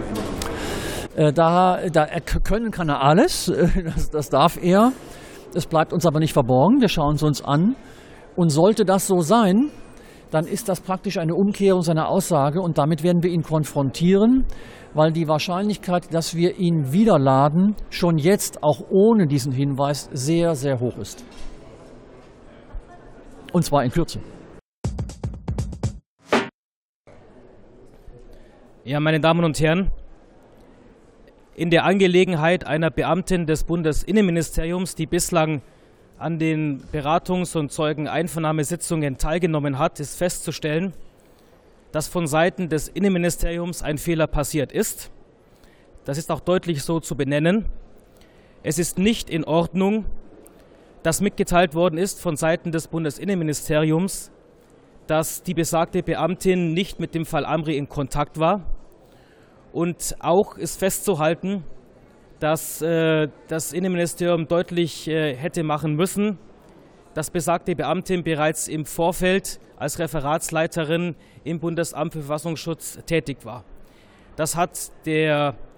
umändern? Kann er alles, das darf er. Es bleibt uns aber nicht verborgen, wir schauen es uns an. Und sollte das so sein, dann ist das praktisch eine Umkehrung seiner Aussage und damit werden wir ihn konfrontieren, weil die Wahrscheinlichkeit, dass wir ihn wieder laden, schon jetzt, auch ohne diesen Hinweis, sehr, sehr hoch ist. Und zwar in Kürze.
Ja, meine Damen und Herren, in der Angelegenheit einer Beamtin des Bundesinnenministeriums, die bislang an den Beratungs- und Zeugeneinvernahmesitzungen teilgenommen hat, ist festzustellen, dass von Seiten des Innenministeriums ein Fehler passiert ist. Das ist auch deutlich so zu benennen. Es ist nicht in Ordnung, dass mitgeteilt worden ist von Seiten des Bundesinnenministeriums, dass die besagte Beamtin nicht mit dem Fall Amri in Kontakt war. Und auch ist festzuhalten, dass das Innenministerium deutlich hätte machen müssen, dass besagte Beamtin bereits im Vorfeld als Referatsleiterin im Bundesamt für Verfassungsschutz tätig war. Das hat der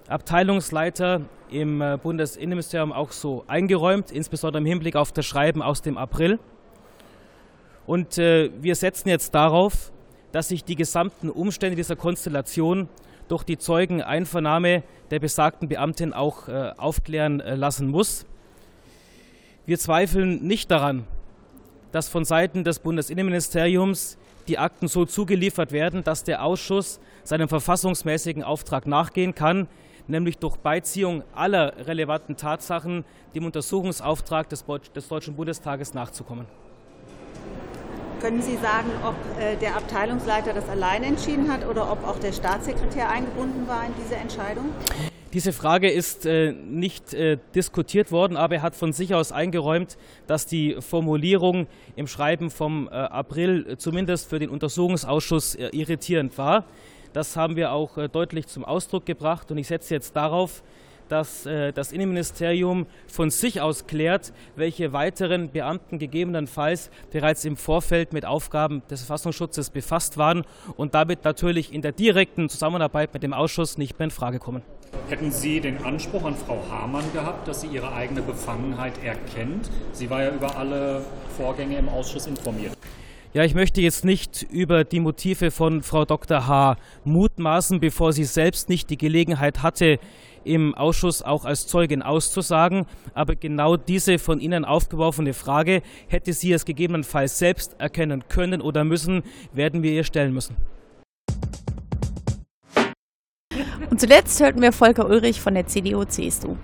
Abteilungsleiter im Bundesinnenministerium auch so eingeräumt, insbesondere im Hinblick auf das Schreiben aus dem April. Und wir setzen jetzt darauf, dass sich die gesamten Umstände dieser Konstellation durch die Zeugeneinvernahme der besagten Beamtin auch aufklären lassen muss. Wir zweifeln nicht daran, dass von Seiten des Bundesinnenministeriums die Akten so zugeliefert werden, dass der Ausschuss seinem verfassungsmäßigen Auftrag nachgehen kann, nämlich durch Beiziehung aller relevanten Tatsachen dem Untersuchungsauftrag des Deutschen Bundestages nachzukommen.
Können Sie sagen, ob der Abteilungsleiter das allein entschieden hat oder ob auch der Staatssekretär eingebunden war in diese Entscheidung?
Diese Frage ist nicht diskutiert worden, aber er hat von sich aus eingeräumt, dass die Formulierung im Schreiben vom April zumindest für den Untersuchungsausschuss irritierend war. Das haben wir auch deutlich zum Ausdruck gebracht und ich setze jetzt darauf, dass das Innenministerium von sich aus klärt, welche weiteren Beamten gegebenenfalls bereits im Vorfeld mit Aufgaben des Verfassungsschutzes befasst waren und damit natürlich in der direkten Zusammenarbeit mit dem Ausschuss nicht mehr in Frage kommen.
Hätten Sie den Anspruch an Frau Hamann gehabt, dass sie ihre eigene Befangenheit erkennt? Sie war ja über alle Vorgänge im Ausschuss informiert.
Ja, ich möchte jetzt nicht über die Motive von Frau Dr. H. mutmaßen, bevor sie selbst nicht die Gelegenheit hatte, im Ausschuss auch als Zeugin auszusagen. Aber genau diese von Ihnen aufgeworfene Frage, hätte sie es gegebenenfalls selbst erkennen können oder müssen, werden wir ihr stellen müssen.
Und zuletzt hörten wir Volker Ulrich von der CDU-CSU.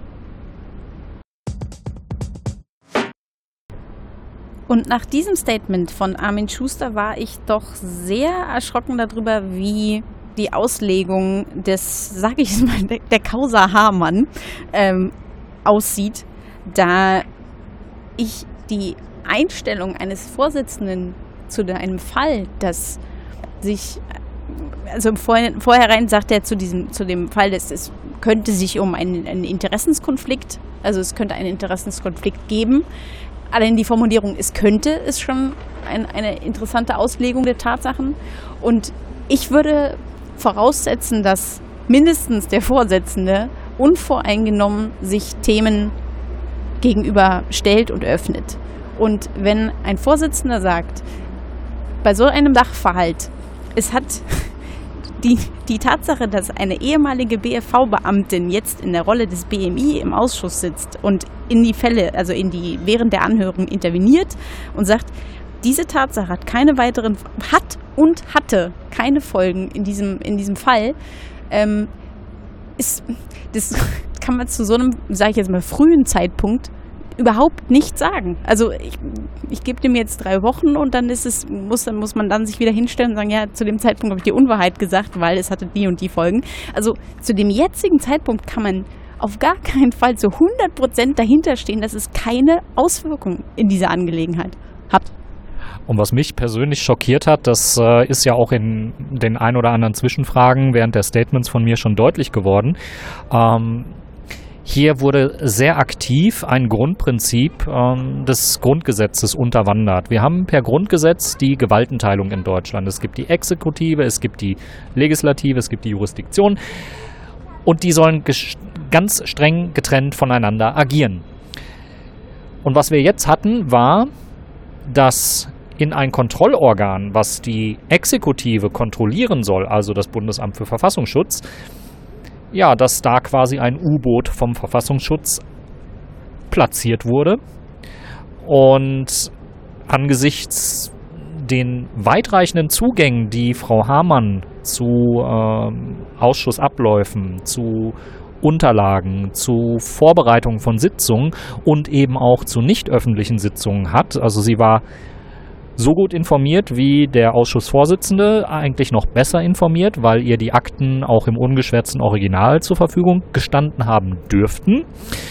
Und nach diesem Statement von Armin Schuster war ich doch sehr erschrocken darüber, wie die Auslegung des, sag ich mal, der Causa Hamann aussieht, da ich die Einstellung eines Vorsitzenden zu einem Fall, das sich, also im Vorhinein sagt er zu dem Fall, dass es könnte sich um einen Interessenskonflikt, also es könnte einen Interessenskonflikt geben. Allein die Formulierung, es könnte, ist schon eine interessante Auslegung der Tatsachen. Und ich würde voraussetzen, dass mindestens der Vorsitzende unvoreingenommen sich Themen gegenüber stellt und öffnet. Und wenn ein Vorsitzender sagt, bei so einem Sachverhalt, es hat die Tatsache, dass eine ehemalige BFV-Beamtin jetzt in der Rolle des BMI im Ausschuss sitzt und in die Fälle, also während der Anhörung interveniert und sagt, diese Tatsache hat keine weiteren, hatte keine Folgen in diesem Fall, das kann man zu so einem, sage ich jetzt mal, frühen Zeitpunkt überhaupt nicht sagen. Also ich gebe dem jetzt 3 Wochen und dann muss man dann sich wieder hinstellen und sagen, ja, zu dem Zeitpunkt habe ich die Unwahrheit gesagt, weil es hatte die und die Folgen. Also zu dem jetzigen Zeitpunkt kann man auf gar keinen Fall zu 100% dahinter stehen, dass es keine Auswirkungen in dieser Angelegenheit hat.
Und was mich persönlich schockiert hat, das ist ja auch in den ein oder anderen Zwischenfragen während der Statements von mir schon deutlich geworden. Hier wurde sehr aktiv ein Grundprinzip des Grundgesetzes unterwandert. Wir haben per Grundgesetz die Gewaltenteilung in Deutschland. Es gibt die Exekutive, es gibt die Legislative, es gibt die Jurisdiktion und die sollen ganz streng getrennt voneinander agieren. Und was wir jetzt hatten, war, dass in ein Kontrollorgan, was die Exekutive kontrollieren soll, also das Bundesamt für Verfassungsschutz, ja, dass da quasi ein U-Boot vom Verfassungsschutz platziert wurde. Und angesichts den weitreichenden Zugängen, die Frau Hamann zu Ausschussabläufen, zu Unterlagen, zu Vorbereitungen von Sitzungen und eben auch zu nicht öffentlichen Sitzungen hat, also sie war so gut informiert wie der Ausschussvorsitzende, eigentlich noch besser informiert, weil ihr die Akten auch im ungeschwärzten Original zur Verfügung gestanden haben dürften.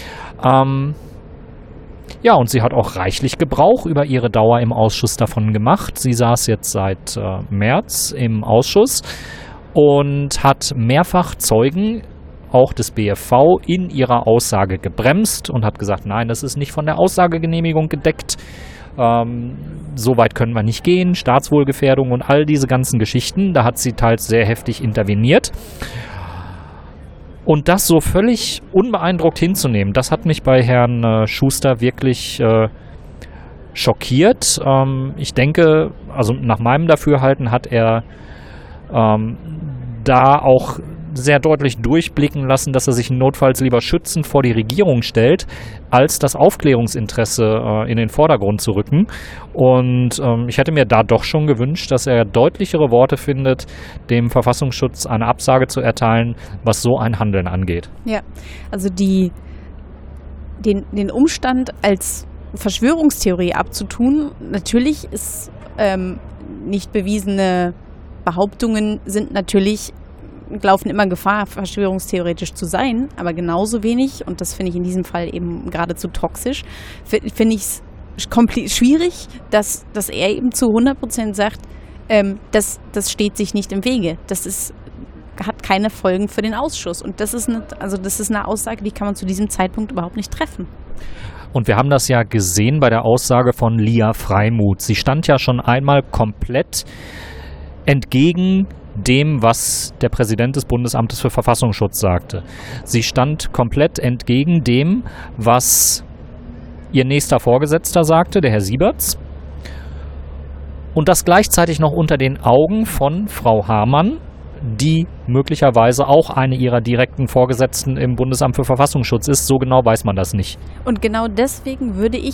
Ja, und sie hat auch reichlich Gebrauch über ihre Dauer im Ausschuss davon gemacht. Sie saß jetzt seit März im Ausschuss und hat mehrfach Zeugen, auch des BFV, in ihrer Aussage gebremst und hat gesagt, nein, das ist nicht von der Aussagegenehmigung gedeckt. So weit können wir nicht gehen, Staatswohlgefährdung und all diese ganzen Geschichten, da hat sie teils sehr heftig interveniert. Und das so völlig unbeeindruckt hinzunehmen, das hat mich bei Herrn Schuster wirklich schockiert. Ich denke, also nach meinem Dafürhalten hat er da auch sehr deutlich durchblicken lassen, dass er sich notfalls lieber schützend vor die Regierung stellt, als das Aufklärungsinteresse in den Vordergrund zu rücken. Und ich hätte mir da doch schon gewünscht, dass er deutlichere Worte findet, dem Verfassungsschutz eine Absage zu erteilen, was so ein Handeln angeht.
Ja, also den Umstand als Verschwörungstheorie abzutun, natürlich ist nicht bewiesene Behauptungen sind natürlich laufen immer Gefahr, verschwörungstheoretisch zu sein, aber genauso wenig, und das finde ich in diesem Fall eben geradezu toxisch, finde ich es schwierig, dass er eben zu 100% sagt, das steht sich nicht im Wege. Hat keine Folgen für den Ausschuss. Und das ist eine Aussage, die kann man zu diesem Zeitpunkt überhaupt nicht treffen.
Und wir haben das ja gesehen bei der Aussage von Lia Freimuth. Sie stand ja schon einmal komplett entgegen dem, was der Präsident des Bundesamtes für Verfassungsschutz sagte. Sie stand komplett entgegen dem, was ihr nächster Vorgesetzter sagte, der Herr Sieberts. Und das gleichzeitig noch unter den Augen von Frau Hamann, die möglicherweise auch eine ihrer direkten Vorgesetzten im Bundesamt für Verfassungsschutz ist. So genau weiß man das nicht.
Und genau deswegen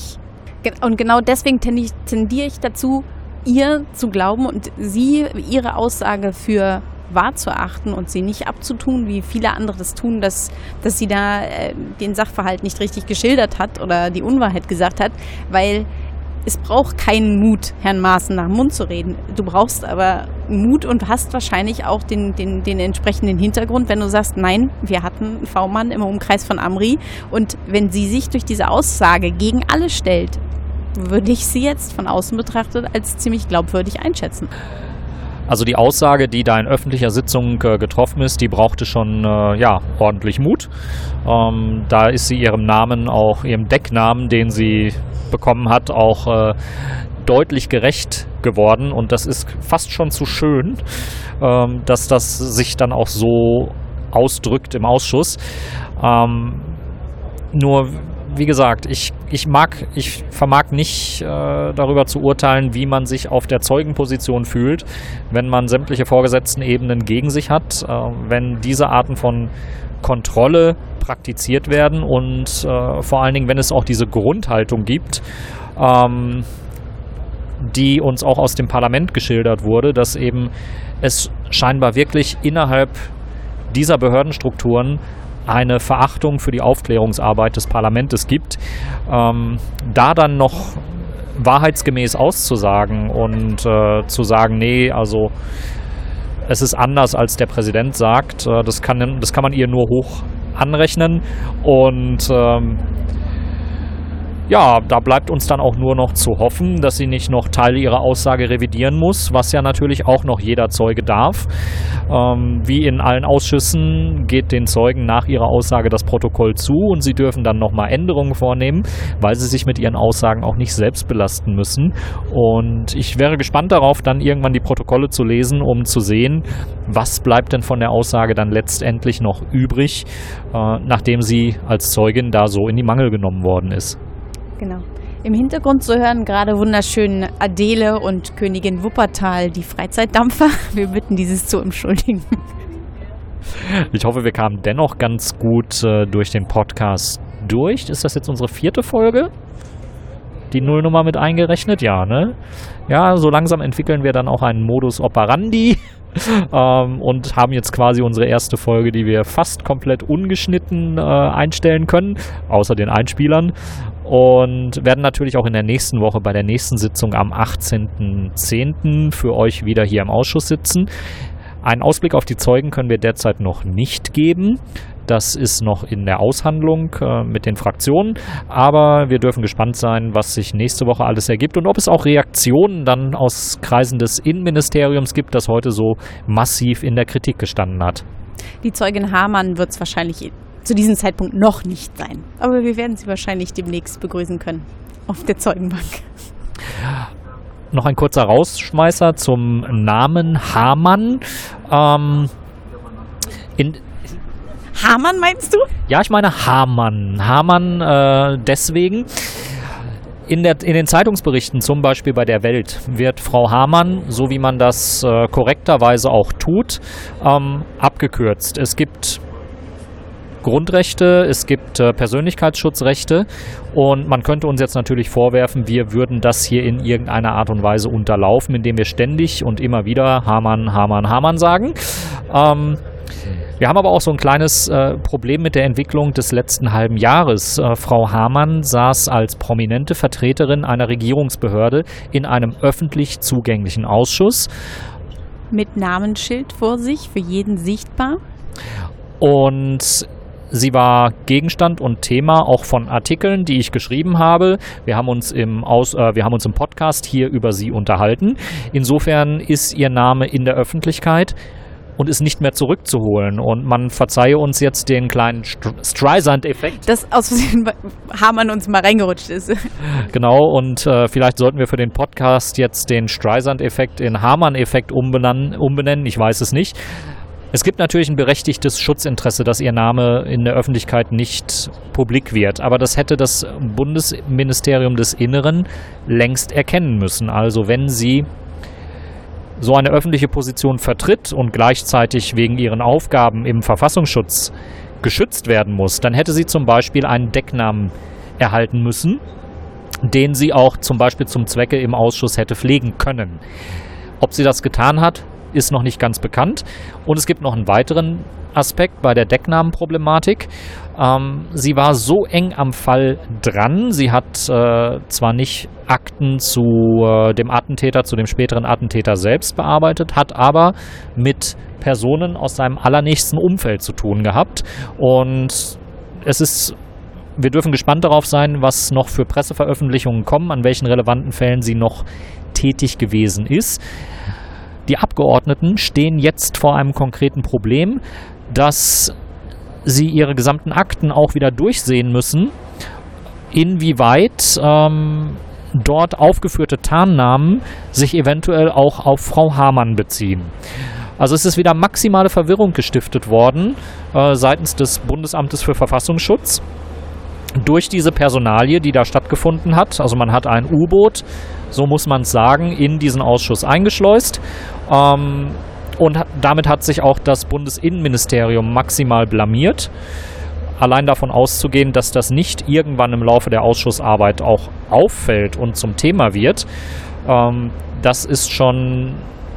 tendiere ich dazu, ihr zu glauben und ihre Aussage für wahr zu achten und sie nicht abzutun, wie viele andere das tun, dass sie da den Sachverhalt nicht richtig geschildert hat oder die Unwahrheit gesagt hat, weil es braucht keinen Mut, Herrn Maaßen nach dem Mund zu reden. Du brauchst aber Mut und hast wahrscheinlich auch den entsprechenden Hintergrund, wenn du sagst, nein, wir hatten einen V-Mann im Umkreis von Amri, und wenn sie sich durch diese Aussage gegen alle stellt, würde ich sie jetzt von außen betrachtet als ziemlich glaubwürdig einschätzen.
Also die Aussage, die da in öffentlicher Sitzung getroffen ist, die brauchte schon ordentlich Mut. Da ist sie ihrem Decknamen, den sie bekommen hat, auch deutlich gerecht geworden. Und das ist fast schon zu schön, dass das sich dann auch so ausdrückt im Ausschuss. Nur wie gesagt, ich vermag nicht darüber zu urteilen, wie man sich auf der Zeugenposition fühlt, wenn man sämtliche Vorgesetzten-Ebenen gegen sich hat, wenn diese Arten von Kontrolle praktiziert werden und vor allen Dingen, wenn es auch diese Grundhaltung gibt, die uns auch aus dem Parlament geschildert wurde, dass eben es scheinbar wirklich innerhalb dieser Behördenstrukturen eine Verachtung für die Aufklärungsarbeit des Parlaments gibt, da dann noch wahrheitsgemäß auszusagen und zu sagen, nee, also es ist anders, als der Präsident sagt, das kann man ihr nur hoch anrechnen, und da bleibt uns dann auch nur noch zu hoffen, dass sie nicht noch Teile ihrer Aussage revidieren muss, was ja natürlich auch noch jeder Zeuge darf. Wie in allen Ausschüssen geht den Zeugen nach ihrer Aussage das Protokoll zu, und sie dürfen dann nochmal Änderungen vornehmen, weil sie sich mit ihren Aussagen auch nicht selbst belasten müssen. Und ich wäre gespannt darauf, dann irgendwann die Protokolle zu lesen, um zu sehen, was bleibt denn von der Aussage dann letztendlich noch übrig, nachdem sie als Zeugin da so in die Mangel genommen worden ist.
Genau. Im Hintergrund zu hören gerade wunderschön Adele und Königin Wuppertal, die Freizeitdampfer. Wir bitten, dieses zu entschuldigen.
Ich hoffe, wir kamen dennoch ganz gut durch den Podcast durch. Ist das jetzt unsere 4. Folge? Die Nullnummer mit eingerechnet? Ja, ne? Ja, so langsam entwickeln wir dann auch einen Modus operandi und haben jetzt quasi unsere erste Folge, die wir fast komplett ungeschnitten einstellen können, außer den Einspielern. Und werden natürlich auch in der nächsten Woche bei der nächsten Sitzung am 18.10. für euch wieder hier im Ausschuss sitzen. Einen Ausblick auf die Zeugen können wir derzeit noch nicht geben. Das ist noch in der Aushandlung mit den Fraktionen. Aber wir dürfen gespannt sein, was sich nächste Woche alles ergibt und ob es auch Reaktionen dann aus Kreisen des Innenministeriums gibt, das heute so massiv in der Kritik gestanden hat.
Die Zeugin Hamann wird es wahrscheinlich zu diesem Zeitpunkt noch nicht sein. Aber wir werden sie wahrscheinlich demnächst begrüßen können auf der Zeugenbank.
Noch ein kurzer Rausschmeißer zum Namen Hamann.
Hamann meinst du?
Ja, ich meine Hamann. Hamann deswegen. In den Zeitungsberichten, zum Beispiel bei der Welt, wird Frau Hamann, so wie man das korrekterweise auch tut, abgekürzt. Es gibt Grundrechte, es gibt Persönlichkeitsschutzrechte und man könnte uns jetzt natürlich vorwerfen, wir würden das hier in irgendeiner Art und Weise unterlaufen, indem wir ständig und immer wieder Hamann, Hamann, Hamann sagen. Wir haben aber auch so ein kleines Problem mit der Entwicklung des letzten halben Jahres. Frau Hamann saß als prominente Vertreterin einer Regierungsbehörde in einem öffentlich zugänglichen Ausschuss.
Mit Namensschild vor sich, für jeden sichtbar.
Und sie war Gegenstand und Thema auch von Artikeln, die ich geschrieben habe. Wir haben uns im Podcast hier über sie unterhalten. Insofern ist ihr Name in der Öffentlichkeit und ist nicht mehr zurückzuholen. Und man verzeihe uns jetzt den kleinen Streisand-Effekt.
Dass aus Versehen Hamann uns mal reingerutscht ist.
Genau, und vielleicht sollten wir für den Podcast jetzt den Streisand-Effekt in Hamann-Effekt umbenennen. Ich weiß es nicht. Es gibt natürlich ein berechtigtes Schutzinteresse, dass ihr Name in der Öffentlichkeit nicht publik wird. Aber das hätte das Bundesministerium des Inneren längst erkennen müssen. Also wenn sie so eine öffentliche Position vertritt und gleichzeitig wegen ihren Aufgaben im Verfassungsschutz geschützt werden muss, dann hätte sie zum Beispiel einen Decknamen erhalten müssen, den sie auch zum Beispiel zum Zwecke im Ausschuss hätte pflegen können. Ob sie das getan hat, ist noch nicht ganz bekannt. Und es gibt noch einen weiteren Aspekt bei der Decknamenproblematik. Sie war so eng am Fall dran. Sie hat zwar nicht Akten zu dem Attentäter, zu dem späteren Attentäter selbst bearbeitet, hat aber mit Personen aus seinem allernächsten Umfeld zu tun gehabt. Und wir dürfen gespannt darauf sein, was noch für Presseveröffentlichungen kommen, an welchen relevanten Fällen sie noch tätig gewesen ist. Die Abgeordneten stehen jetzt vor einem konkreten Problem, dass sie ihre gesamten Akten auch wieder durchsehen müssen, inwieweit dort aufgeführte Tarnnamen sich eventuell auch auf Frau Hamann beziehen. Also es ist wieder maximale Verwirrung gestiftet worden seitens des Bundesamtes für Verfassungsschutz durch diese Personalie, die da stattgefunden hat. Also man hat ein U-Boot, so muss man es sagen, in diesen Ausschuss eingeschleust. Und damit hat sich auch das Bundesinnenministerium maximal blamiert. Allein davon auszugehen, dass das nicht irgendwann im Laufe der Ausschussarbeit auch auffällt und zum Thema wird, das ist schon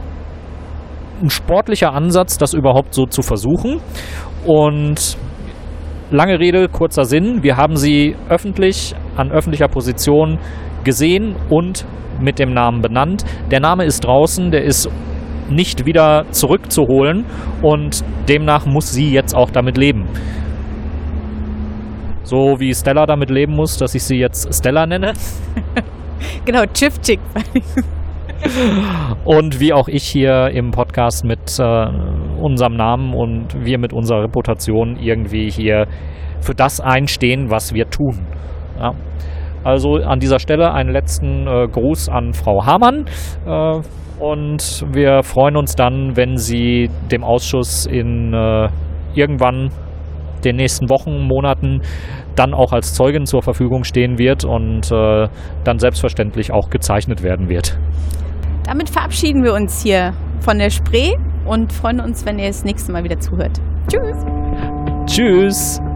ein sportlicher Ansatz, das überhaupt so zu versuchen. Und lange Rede, kurzer Sinn, wir haben sie öffentlich, an öffentlicher Position gesehen und mit dem Namen benannt. Der Name ist draußen, der ist nicht wieder zurückzuholen und demnach muss sie jetzt auch damit leben. So wie Stella damit leben muss, dass ich sie jetzt Stella nenne.
Genau, Chick.
Und wie auch ich hier im Podcast mit unserem Namen und wir mit unserer Reputation irgendwie hier für das einstehen, was wir tun. Ja. Also an dieser Stelle einen letzten Gruß an Frau Hamann und wir freuen uns dann, wenn sie dem Ausschuss in irgendwann den nächsten Wochen, Monaten dann auch als Zeugin zur Verfügung stehen wird und dann selbstverständlich auch gezeichnet werden wird.
Damit verabschieden wir uns hier von der Spree und freuen uns, wenn ihr das nächste Mal wieder zuhört. Tschüss!
Tschüss!